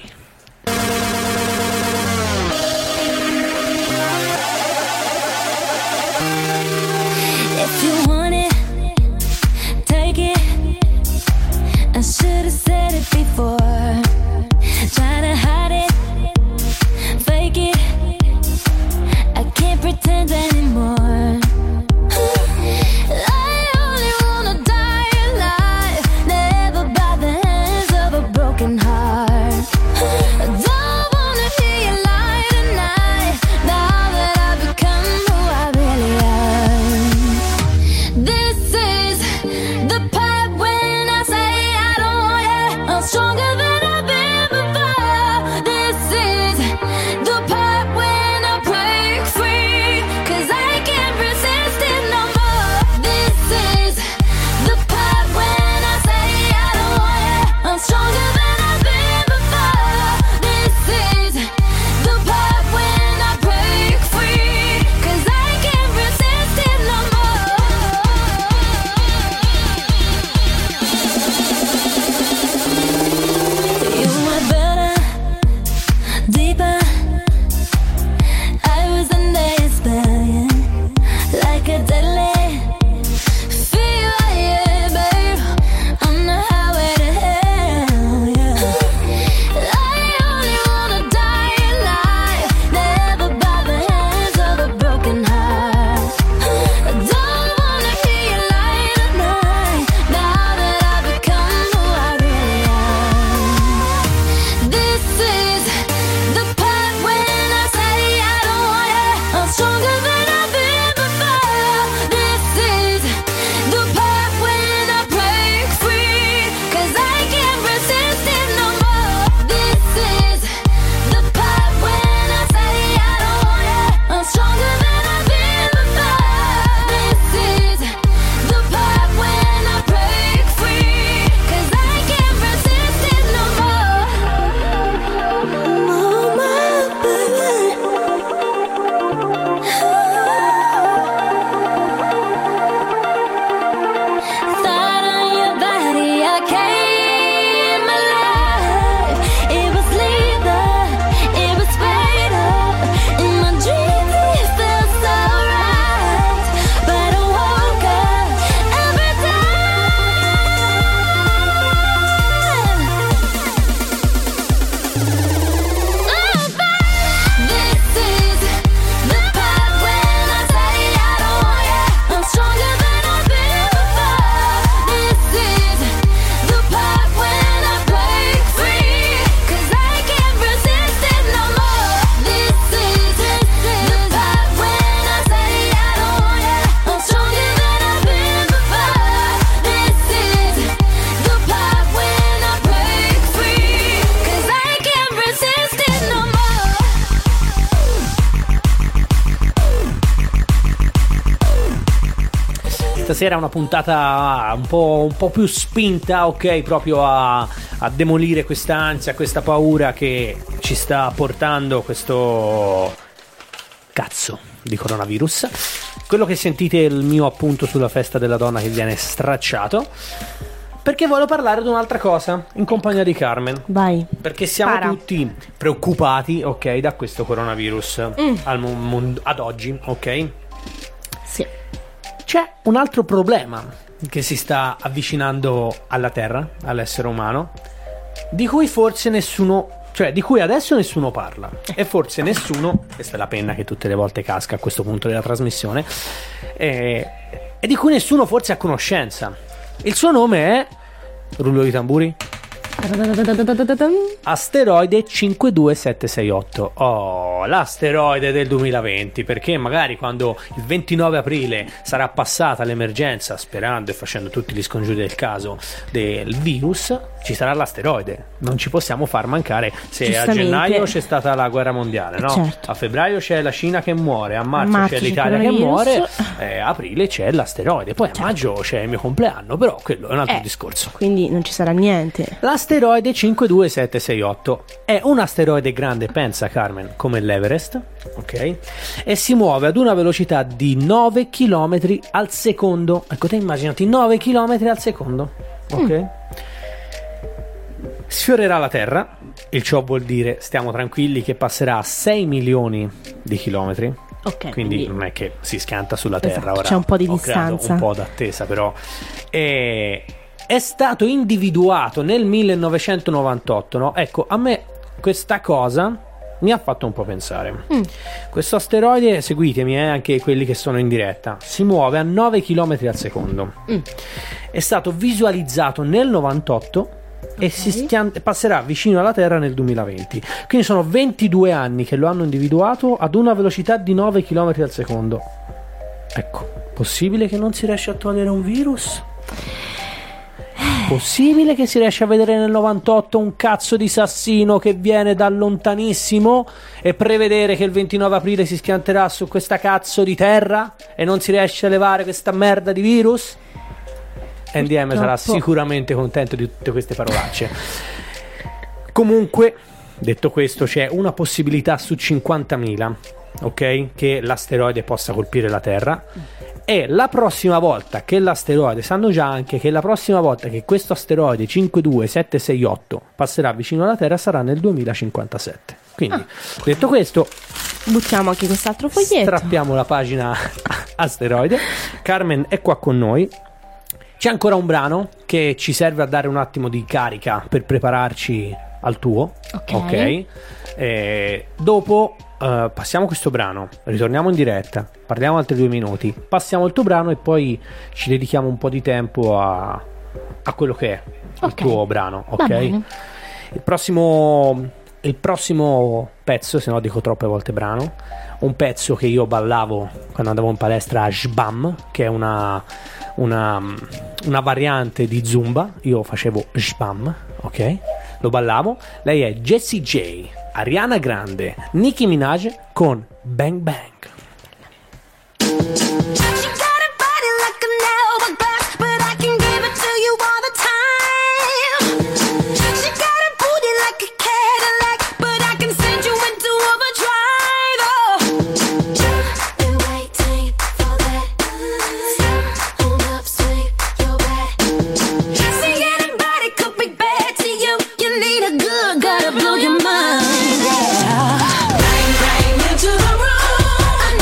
stasera è una puntata un po', un po' più spinta, ok, proprio a, a demolire questa ansia, questa paura che ci sta portando questo cazzo di coronavirus. Quello che sentite è il mio appunto sulla festa della donna che viene stracciato, perché voglio parlare di un'altra cosa in compagnia di Carmen. Vai. Perché siamo Para. tutti preoccupati, ok, da questo coronavirus Mm. al mon- ad oggi, ok? Sì. C'è un altro problema che si sta avvicinando alla Terra, all'essere umano, di cui forse nessuno, cioè di cui adesso nessuno parla, e forse nessuno, questa è la penna che tutte le volte casca a questo punto della trasmissione, e, e di cui nessuno forse ha conoscenza. Il suo nome è, rullo di tamburi, asteroide cinque due sette sei otto. Oh, l'asteroide del duemilaventi, perché magari quando il ventinove aprile sarà passata l'emergenza, sperando e facendo tutti gli scongiuri del caso del virus, ci sarà l'asteroide. Non ci possiamo far mancare. Se a Giustamente. gennaio c'è stata la guerra mondiale, no? Certo. A febbraio c'è la Cina che muore, a marzo, marzo c'è c'è l'Italia che coronavirus. muore, eh, a aprile c'è l'asteroide, poi a maggio c'è il mio compleanno, però quello è un altro Eh, discorso. Quindi non ci sarà niente. L'asteroide cinque due sette sei otto è un asteroide grande, pensa Carmen, come l'Everest, ok? E si muove ad una velocità di nove chilometri al secondo. Ecco, te immaginati nove chilometri al secondo, ok? Mm. Sfiorerà la Terra, il ciò vuol dire, stiamo tranquilli, che passerà a sei milioni di chilometri. Ok. Quindi non è che si schianta sulla Terra. Esatto, Ora c'è un po' di ho creato distanza. un po' d'attesa, però e è stato individuato nel millenovecentonovantotto, no? Ecco, a me questa cosa mi ha fatto un po' pensare. Mm. Questo asteroide, seguitemi, eh, anche quelli che sono in diretta, si muove a nove chilometri al secondo. Mm. È stato visualizzato nel novantotto e si schiant- passerà vicino alla Terra nel duemilaventi. Quindi sono ventidue anni che lo hanno individuato ad una velocità di nove chilometri al secondo. Ecco, possibile che non si riesca a togliere un virus? Possibile che si riesca a vedere nel novantotto un cazzo di sassino che viene da lontanissimo e prevedere che il ventinove aprile si schianterà su questa cazzo di terra e non si riesce a levare questa merda di virus? N D M sarà Purtroppo. sicuramente contento di tutte queste parolacce. Comunque, detto questo, c'è una possibilità su cinquantamila, ok, che l'asteroide possa colpire la Terra. E la prossima volta che l'asteroide, sanno già anche che la prossima volta che questo asteroide cinque due sette sei otto passerà vicino alla Terra sarà nel duemilacinquantasette. Quindi, Ah. detto questo, Buttiamo anche quest'altro foglietto. strappiamo la pagina asteroide. Carmen è qua con noi. C'è ancora un brano che ci serve a dare un attimo di carica per prepararci al tuo. Ok. Ok. E dopo eh, passiamo questo brano, ritorniamo in diretta, parliamo altri due minuti, passiamo il tuo brano e poi ci dedichiamo un po' di tempo a, a quello che è il Ok. tuo brano. Va Ok. bene. Il prossimo, il prossimo pezzo, se no dico troppe volte brano, un pezzo che io ballavo quando andavo in palestra a Shbam, che è una, una, una variante di Zumba. Io facevo Shbam, ok? Lo ballavo. Lei è Jessie J, Ariana Grande, Nicki Minaj con Bang Bang. Gotta blow your mind, yeah. Bang, bang into the room.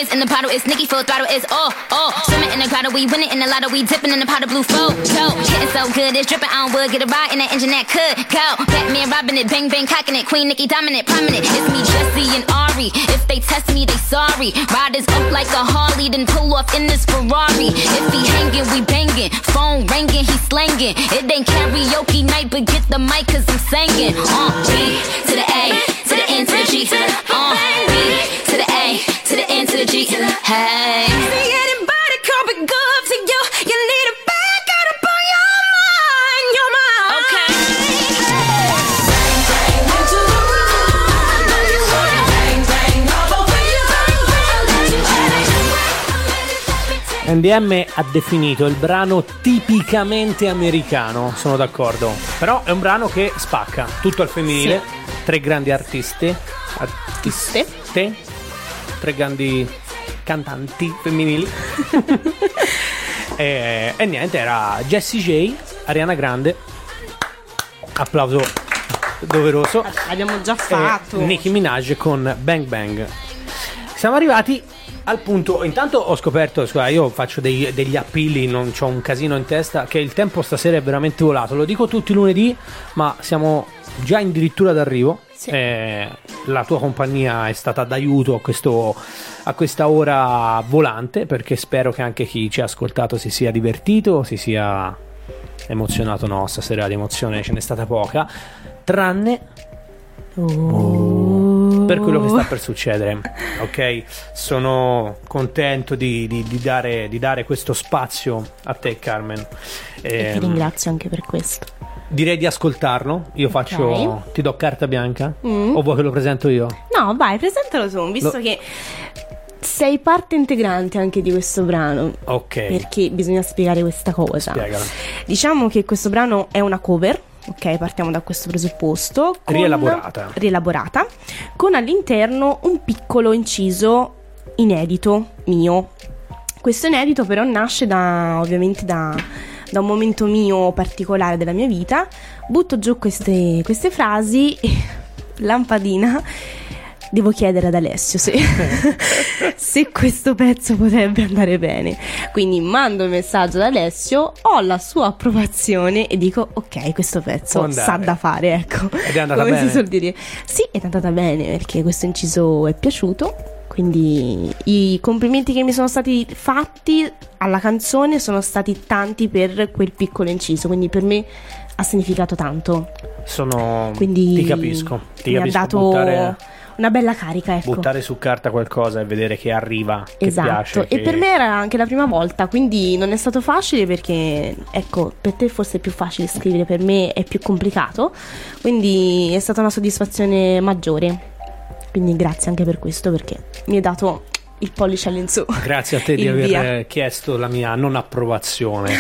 boys in the bottle, it's Nicki full throttle, it's oh, oh. Swimming in the grotto, we winning in the lotto, we dipping in the pot of blue flow. So, getting so good, it's dripping on wood, get a ride in that engine that could go. Batman robbing it, bang bang cocking it, Queen Nicki dominant, prominent. It's me, Jesse and Ari. If they test me, they sorry. Riders up like a Harley, then pull off in this Ferrari. If he hanging, we banging. Phone ringing, he slanging. It ain't karaoke night, but get the mic cause I'm singing. Uh, B to the A, to the N to the G. Uh, B to the A, to the N to the G. Hey. See anybody come be good to you? You need a back out up on your mind, your mind. Okay. N D M ha definito il brano tipicamente americano, sono d'accordo, però è un brano che spacca, tutto al femminile, sì. Tre grandi artiste, artiste, te, tre grandi cantanti femminili e, e niente, era Jessie J, Ariana Grande, applauso doveroso, abbiamo già fatto, Nicki Minaj con Bang Bang. Siamo arrivati al punto, intanto ho scoperto, scusa, io faccio dei, degli appelli, non c'ho un casino in testa, che il tempo stasera è veramente volato, lo dico tutti i lunedì, ma siamo già addirittura d'arrivo, sì. eh, la tua compagnia è stata d'aiuto a, questo, a questa ora volante, perché spero che anche chi ci ha ascoltato si sia divertito, si sia emozionato. No, stasera di emozione ce n'è stata poca, tranne... Oh. per quello che sta per succedere, ok? Sono contento di, di, di, dare, di dare questo spazio a te, Carmen, e eh, ti ringrazio anche per questo. Direi di ascoltarlo. Io faccio, okay. Ti do carta bianca mm. o vuoi che lo presento io? No, vai, presentalo tu, visto lo... che sei parte integrante anche di questo brano. Ok. Perché bisogna spiegare questa cosa. Spiegala. Diciamo che questo brano è una cover. Ok, partiamo da questo presupposto. Con, rielaborata. Rielaborata, con all'interno un piccolo inciso inedito mio. Questo inedito però nasce da, ovviamente da, da un momento mio particolare della mia vita. Butto giù queste, queste frasi e lampadina. Devo chiedere ad Alessio se, se questo pezzo potrebbe andare bene. Quindi mando il messaggio ad Alessio, ho la sua approvazione e dico ok, questo pezzo sa da fare, ecco. Ed è andata come bene? Si suol dire. Sì, è andata bene perché questo inciso è piaciuto. Quindi i complimenti che mi sono stati fatti alla canzone sono stati tanti per quel piccolo inciso. Quindi per me ha significato tanto. Sono... Quindi ti capisco. Ti mi capisco ha dato... buttare... una bella carica, ecco. Buttare su carta qualcosa e vedere che arriva, che esatto. piace. E che... per me era anche la prima volta, quindi non è stato facile perché, ecco, per te forse è più facile scrivere, per me è più complicato. Quindi è stata una soddisfazione maggiore. Quindi grazie anche per questo, perché mi hai dato il pollice all'insù. Grazie a te di aver via. chiesto la mia non approvazione.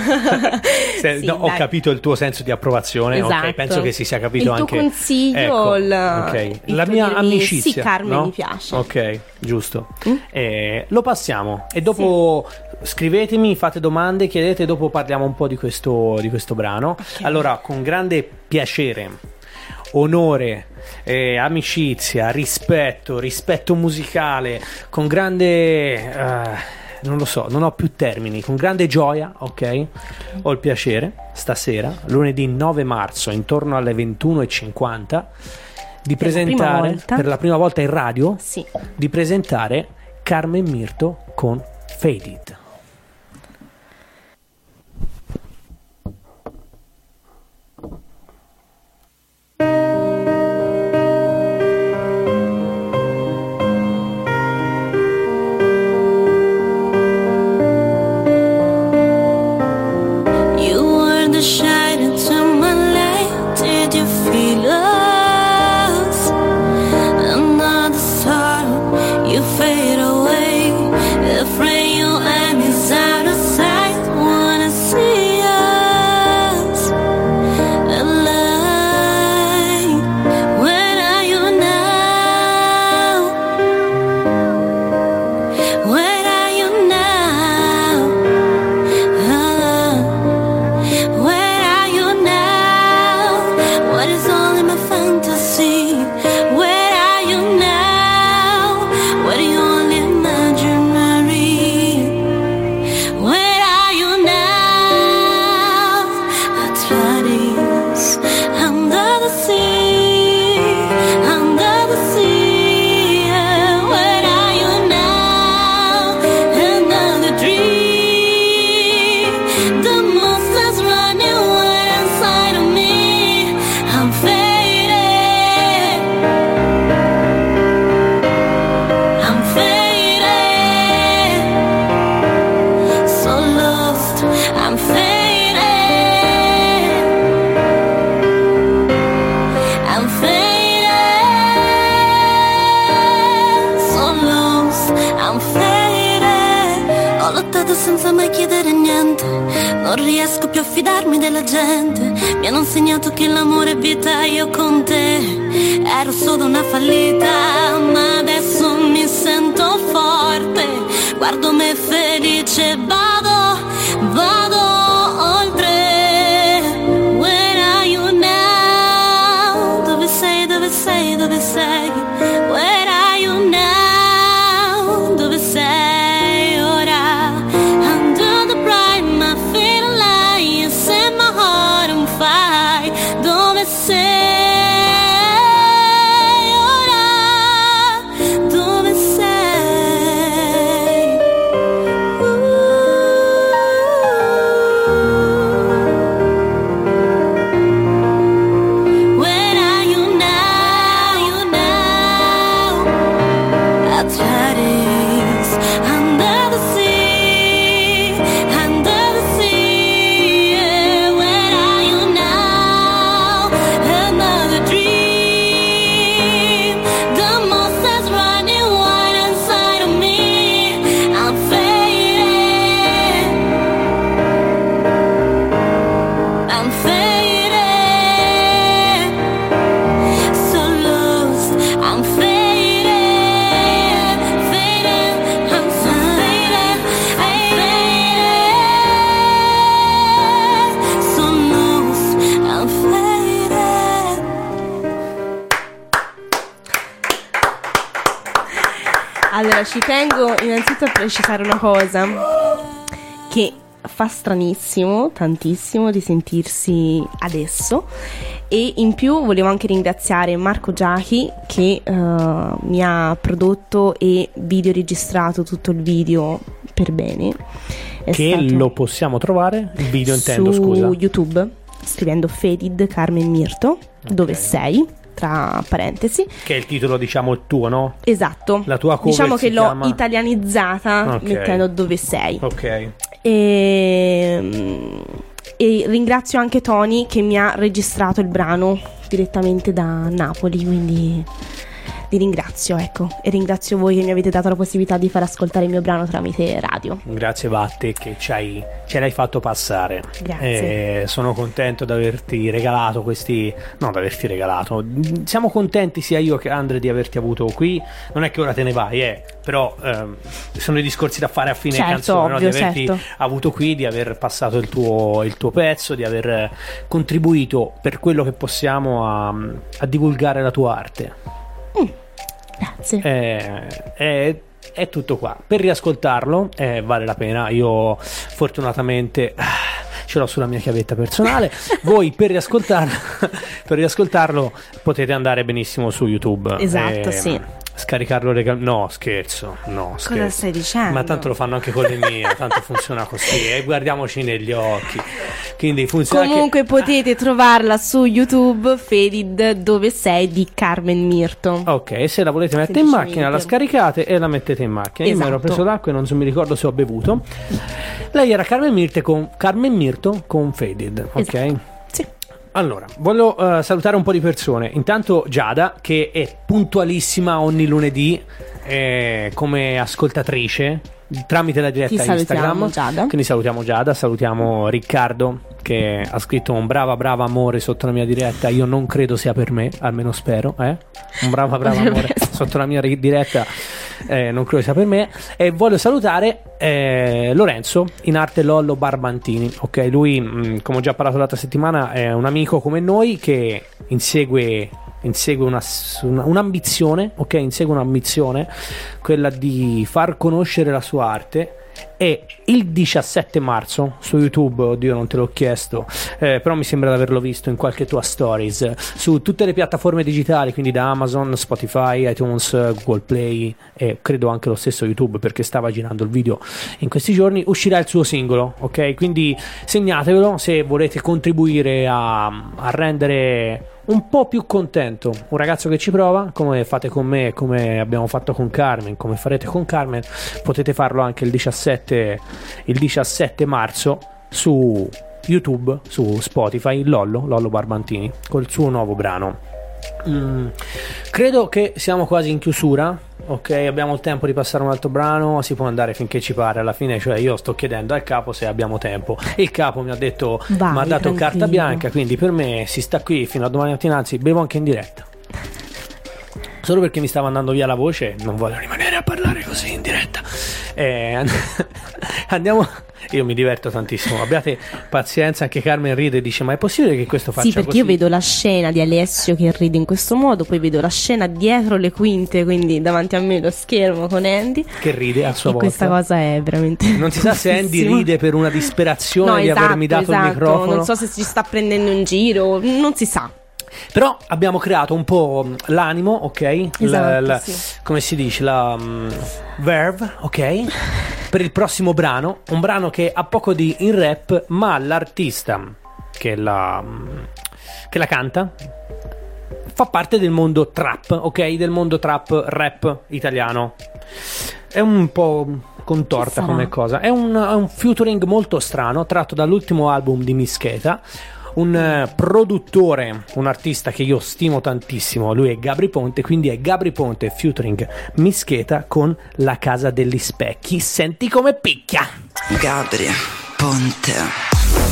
Se, sì, no, ho capito il tuo senso di approvazione, esatto. Ok, penso che si sia capito il anche il tuo consiglio, ecco, il, okay. il la mia dirmi, amicizia. sì, Carmen, no? mi piace. Ok, giusto. Mm? Eh, lo passiamo e dopo sì. Scrivetemi, fate domande, chiedete, dopo parliamo un po' di questo, di questo brano. Okay. Allora, con grande piacere, onore, eh, amicizia, rispetto, rispetto musicale, con grande eh, non lo so, non ho più termini, con grande gioia, ok? Ho il piacere stasera, lunedì nove marzo, intorno alle ventuno e cinquanta, di per presentare la per la prima volta in radio, sì. di presentare Carmen Mirto con Faded. Fade away, afraid you'll end me out of sight. Wanna see us alive. Where are you now? Where are you now? Uh, where Atlantis, under the sea, under the sea. Yeah, where are you now? Another dream. The monster's running wild inside of me. I'm faded. I'm faded. So lost. I'm faded. I'm faded. So lost. I'm faded. Ho lottato senza mai chiedere niente. Non riesco più a fidarmi della gente. Mi hanno insegnato che l'amore è vita, io con te ero solo una fallita, ma adesso mi sento forte. Guardo me felice, vado, vado oltre. Where are you now? Dove sei, dove sei, dove sei? Where are you now? Dove sei ora? Under the bright, my feet alive, you set my heart on fire. Dove sei ora? Dove sei? Where are you now? You now? Atlantis, under the sea, under the sea. Yeah, where are you now? Another dream. The monster's running wild inside of me. I'm faded. I'm faded. So lost. I'm faded. Faded. I'm so faded. I'm faded. So lost. I'm faded. Allora, ci tengo innanzitutto a precisare una cosa, che fa stranissimo, tantissimo, di sentirsi adesso, e in più volevo anche ringraziare Marco Giachi che eh, mi ha prodotto e videoregistrato tutto il video per bene. È Che stato lo possiamo trovare? Il video intendo, su scusa. YouTube, scrivendo Faded Carmen Mirto, dove sei, tra parentesi. Che è il titolo, diciamo, il tuo, no? Esatto. La tua cover diciamo si che l'ho chiama- italianizzata Ok. mettendo dove sei. Ok. E, e ringrazio anche Tony che mi ha registrato il brano direttamente da Napoli, quindi vi ringrazio, ecco, e ringrazio voi che mi avete dato la possibilità di far ascoltare il mio brano tramite radio. Grazie Vatte che ci hai, ce l'hai fatto passare. Grazie. Eh, sono contento di averti regalato questi. No, di averti regalato. Siamo contenti sia io che Andre di averti avuto qui. Non è che ora te ne vai, eh. Però ehm, sono i discorsi da fare a fine Certo, canzone, no? ovvio, Di averti certo. avuto qui, di aver passato il tuo, il tuo pezzo, di aver contribuito per quello che possiamo a, a divulgare la tua arte. Grazie. Eh, è, è tutto qua. Per riascoltarlo eh, vale la pena. Io fortunatamente ah, ce l'ho sulla mia chiavetta personale. Voi per riascoltarlo per riascoltarlo potete andare benissimo su YouTube. Esatto, eh, sì. Scaricarlo legal- no scherzo no scherzo. Cosa stai dicendo? Ma tanto lo fanno anche con le mie, tanto funziona così, e guardiamoci negli occhi. Quindi funziona. Comunque che... potete trovarla su YouTube, Faded dove sei di Carmen Mirto. Ok, se la volete mettere in macchina la scaricate e la mettete in macchina. Io mi ero Esatto. preso l'acqua e non so- mi ricordo se ho bevuto. Lei era Carmen Mirto con, Carmen Mirto con Faded, ok? Esatto. Sì. Allora, voglio eh, salutare un po' di persone. Intanto Giada, che è puntualissima ogni lunedì eh, come ascoltatrice tramite la diretta Ti salutiamo, Instagram. Giada. Quindi salutiamo Giada, salutiamo Riccardo che ha scritto un brava brava amore sotto la mia diretta. Io non credo sia per me, almeno spero, eh? Un brava brava amore sotto la mia ri- diretta, eh, non credo sia per me. E voglio salutare eh, Lorenzo, in arte Lollo Barbantini, ok? Lui, mh, come ho già parlato l'altra settimana, è un amico come noi che insegue insegue una, una, un'ambizione, ok? Insegue un'ambizione, quella di far conoscere la sua arte E il diciassette marzo su YouTube, oddio non te l'ho chiesto, eh, però mi sembra di averlo visto in qualche tua stories, su tutte le piattaforme digitali, quindi da Amazon, Spotify, iTunes, Google Play e credo anche lo stesso YouTube, perché stava girando il video in questi giorni, uscirà il suo singolo, ok? Quindi segnatevelo se volete contribuire a, a rendere un po' più contento un ragazzo che ci prova, come fate con me, come abbiamo fatto con Carmen, come farete con Carmen. Potete farlo anche il diciassette il diciassette marzo su YouTube, su Spotify, Lollo Lollo Barbantini col suo nuovo brano. Mm, credo che siamo quasi in chiusura, ok? Abbiamo il tempo di passare un altro brano, si può andare finché ci pare alla fine, cioè io sto chiedendo al capo se abbiamo tempo, il capo mi ha detto, mi ha dato tranquillo. Carta bianca, quindi per me si sta qui fino a domani mattina, anzi bevo anche in diretta, solo perché mi stava andando via la voce, non voglio rimanere a parlare così in diretta. eh, andiamo. Io mi diverto tantissimo, abbiate pazienza, anche Carmen ride e dice ma è possibile che questo faccia così? Sì, perché così? Io vedo la scena di Alessio che ride in questo modo, poi vedo la scena dietro le quinte, quindi davanti a me lo schermo con Andy che ride a sua e volta. Questa cosa è veramente non si sa se Andy ride per una disperazione no, di esatto, avermi dato esatto. il microfono, non so se ci sta prendendo in giro, non si sa. Però abbiamo creato un po' l'animo, ok? Esatto, la, la, sì. Come si dice? La um, verve, ok? Per il prossimo brano, un brano che ha poco di in rap, ma l'artista che la, che la canta fa parte del mondo trap, ok? Del mondo trap rap italiano. È un po' contorta come cosa. È un, è un featuring molto strano, tratto dall'ultimo album di Mischeta. Un uh, produttore, un artista che io stimo tantissimo, lui è Gabri Ponte, quindi è Gabri Ponte featuring Mischeta con La Casa degli Specchi. Senti come picchia. Gabri Ponte.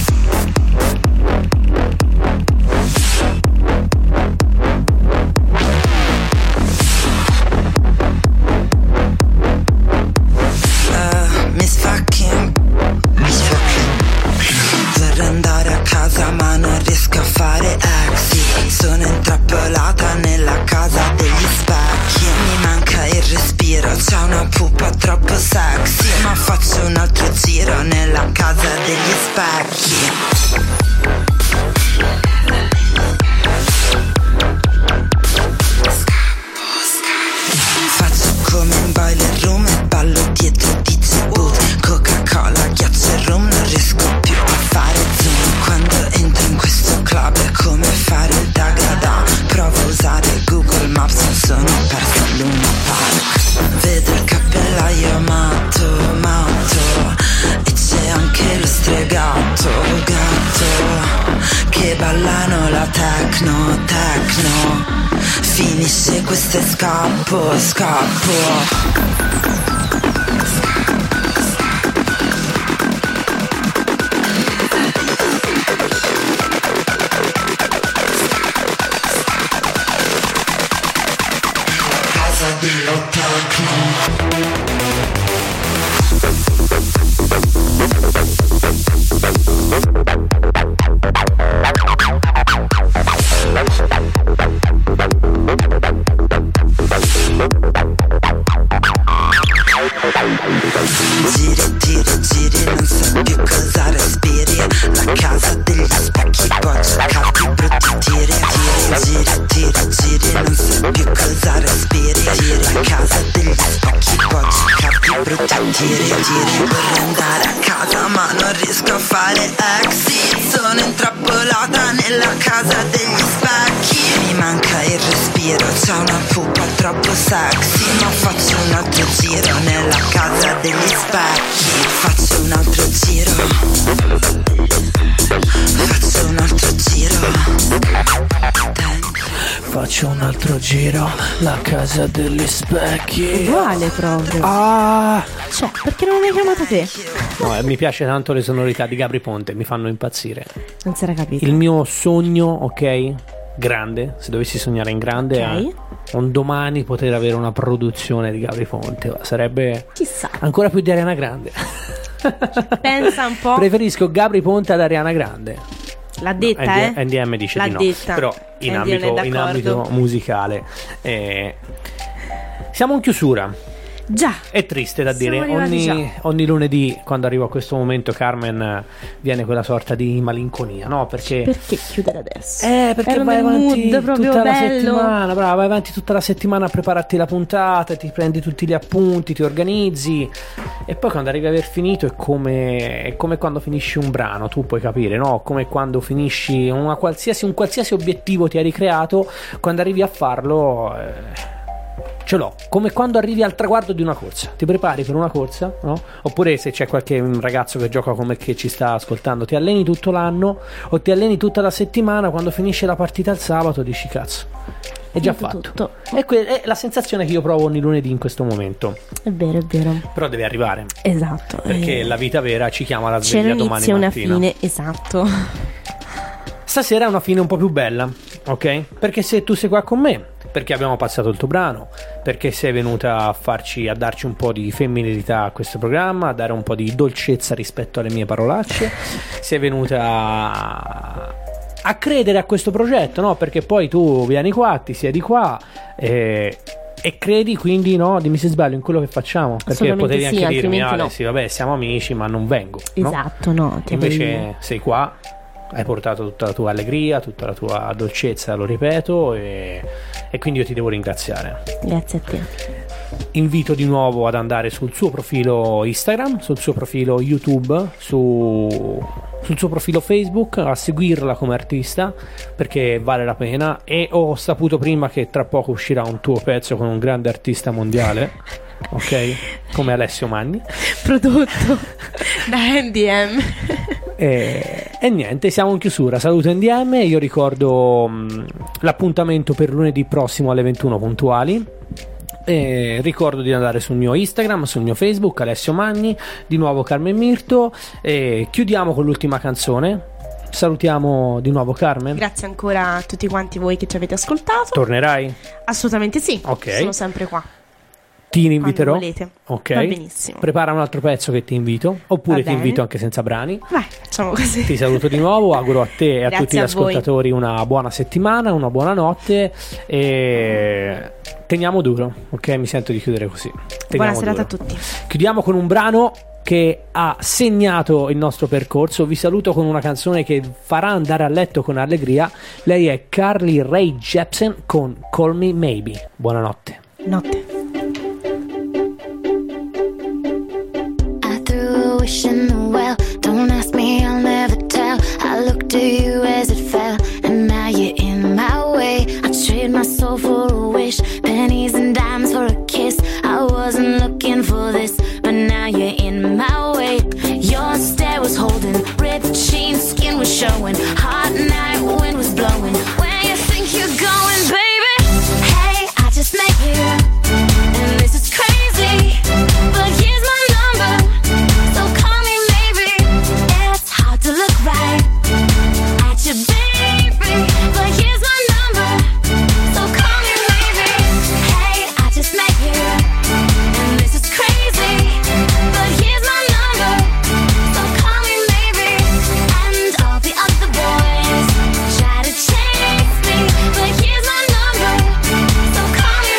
Ma non riesco a fare exit. Sono intrappolata nella casa degli specchi. Mi manca il respiro, c'è una pupa troppo sexy. Ma faccio un altro giro nella casa degli specchi. Faccio come in boiler room e ballo dietro D J Boot. Coca-Cola, ghiaccio e rum, non riesco più a fare zoom. Quando entro in questo club è come fare il Dagada. Provo a usare Google Maps, non sono persa al Luna Park. Vedo il cappellaio matto, matto. E c'è anche lo stregato, gatto. Che ballano la techno, techno. Finisce questo e scappo, scappo. Giri, giri, giri, non so più cosa respiri. La casa degli specchi può giocarti brutti tiri. Giri, giri, giri, giri, non so più cosa respiri. Giri, la casa degli specchi può giocarti brutti tiri. Giri, vorrei andare a casa ma non riesco a fare exit. Sono intrappolata nella casa degli specchi. Mi manca il respiro, c'è una pupa troppo sexy. Ma faccio un altro giro nella casa degli specchi. Faccio un altro giro. Faccio un altro giro. Faccio un altro giro. La casa degli specchi. Uguale proprio. Ah, cioè, perché non l'hai chiamato te? no, eh, mi piace tanto le sonorità di Gabri Ponte, mi fanno impazzire. Non si era capito. Il mio sogno, ok, grande, se dovessi sognare in grande, Ok. è un domani poter avere una produzione di Gabri Ponte. Sarebbe Chissà. ancora più di Ariana Grande. Pensa un po'. Preferisco Gabri Ponte ad Ariana Grande. L'ha detta, No, eh? N D M dice L'ha di no. detta. Però in, N D M ambito, è in d'accordo. ambito musicale eh, siamo in chiusura. Già. È triste da dire. Siamo arrivati Ogni, già. ogni lunedì, quando arrivo a questo momento, Carmen, viene quella sorta di malinconia, no? Perché, Perché chiudere adesso? eh, perché Ero vai nel avanti mood proprio tutta la bello. settimana, brava, vai avanti tutta la settimana a prepararti la puntata, ti prendi tutti gli appunti, ti organizzi e poi quando arrivi a aver finito è come, è come quando finisci un brano, tu puoi capire, no? Come quando finisci una qualsiasi, un qualsiasi obiettivo ti hai ricreato, quando arrivi a farlo... Eh, ce l'ho, come quando arrivi al traguardo di una corsa, ti prepari per una corsa, no? Oppure se c'è qualche ragazzo che gioca come che ci sta ascoltando, ti alleni tutto l'anno o ti alleni tutta la settimana, quando finisce la partita il sabato dici cazzo, è già Tutto, fatto tutto. è, que- è la sensazione che io provo ogni lunedì in questo momento, È vero, è vero. però deve arrivare, Esatto. perché eh, la vita vera ci chiama alla c'è sveglia un domani inizio e una mattina. fine, esatto. Stasera è una fine un po' più bella, ok? Perché se tu sei qua con me, perché abbiamo passato il tuo brano, perché sei venuta a farci, a darci un po' di femminilità a questo programma, a dare un po' di dolcezza rispetto alle mie parolacce, sei venuta a, a credere a questo progetto, no? Perché poi tu vieni qua, ti siedi qua e, e credi, quindi, no? Dimmi se sbaglio in quello che facciamo, perché Assolutamente potevi sì, anche dirmi, altrimenti Ale, no. sì, vabbè, siamo amici, ma non vengo, no? Esatto, no. ti Invece voglio- sei qua, hai portato tutta la tua allegria, tutta la tua dolcezza, lo ripeto, e, e quindi io ti devo ringraziare. Grazie a te. Invito di nuovo ad andare sul suo profilo Instagram, sul suo profilo YouTube, su, sul suo profilo Facebook, a seguirla come artista, perché vale la pena. E ho saputo prima che tra poco uscirà un tuo pezzo con un grande artista mondiale, ok? Come Alessio Manni. Prodotto da N D M. E, e niente, siamo in chiusura. Saluto N D M. Io ricordo mh, l'appuntamento per lunedì prossimo alle ventuno puntuali. E ricordo di andare sul mio Instagram, sul mio Facebook, Alessio Manni, di nuovo Carmen Mirto. E chiudiamo con l'ultima canzone. Salutiamo di nuovo Carmen. Grazie ancora a tutti quanti voi che ci avete ascoltato. Tornerai? Assolutamente sì. Ok. Sono sempre qua. Ti inviterò. Quando volete. Ok. Va benissimo. Prepara un altro pezzo che ti invito. Oppure Va ti bene. invito anche senza brani. Vai, facciamo così. Ti saluto di nuovo, auguro a te e a Grazie tutti gli a voi. ascoltatori una buona settimana, una buona notte e teniamo duro, ok? Mi sento di chiudere così. Teniamo Buona serata duro. a tutti. Chiudiamo con un brano che ha segnato il nostro percorso. Vi saluto con una canzone che farà andare a letto con allegria. Lei è Carly Rae Jepsen con Call Me Maybe. Buonanotte. Notte. I threw a wish in the well. Don't ask me, I'll never tell. I looked at you as it fell, and now you're in my way. I trade my soul for a wish, pennies and dimes for a kiss. I wasn't looking for this, but now you're in my way. Your stare was holding, ripped jeans, skin was showing. Hot night, wind was blowing. Where you think you're going, baby? Hey, I just met you, and this is crazy, but here's my number, so call me maybe. It's hard to look right at you, baby, but here's my number, so call me maybe. Hey, I just met you, and this is crazy, but here's my number, so call me maybe. And all the other boys try to chase me, but here's my number, so call me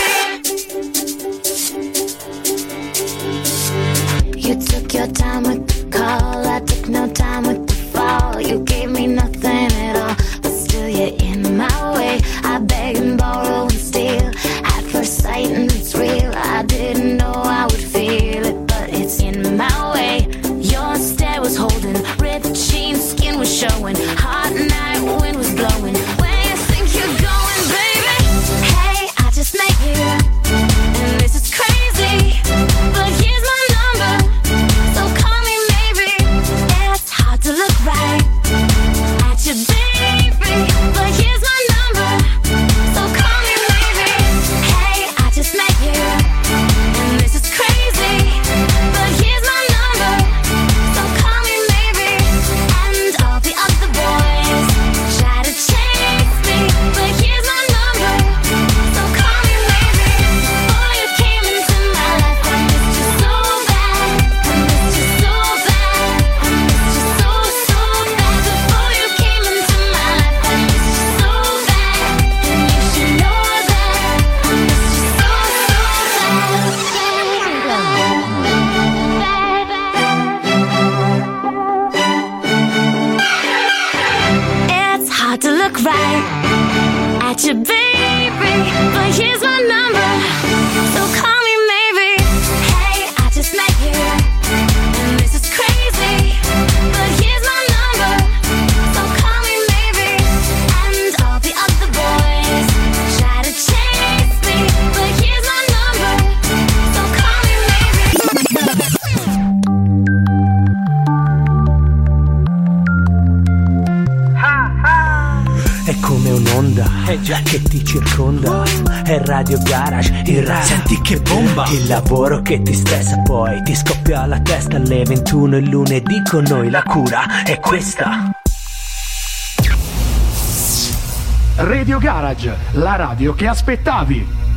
maybe. You took your time with the call, I took no time with the fall. You gave me nothing at all, but still you're in my way. I beg and borrow and steal at first sight, and it's real. I didn't know I would feel it, but it's in my way. Your stare was holding, ripped jeans, skin was showing. Hot night, wind was blowing. Where you think you're going, baby? Hey, I just met you, and this is crazy, but here's my number, so call me maybe. It's hard to look right at you, baby, but here's my number, so call me maybe. Hey, I just met you, and this is crazy, but here's my number, so call me maybe. And all the other boys try to change look right at your baby, but here's my number, so call me maybe. Hey, I just met you, and this is crazy, but here's my number, so call me maybe. And all the other boys try to chase me, but here's my number, so call me maybe. È come un'onda che ti circonda. È Radio Garage, il rap. Senti che bomba. Il lavoro che ti stressa, poi ti scoppia la testa alle ventuno il lunedì. Con noi la cura è questa. Radio Garage, la radio che aspettavi.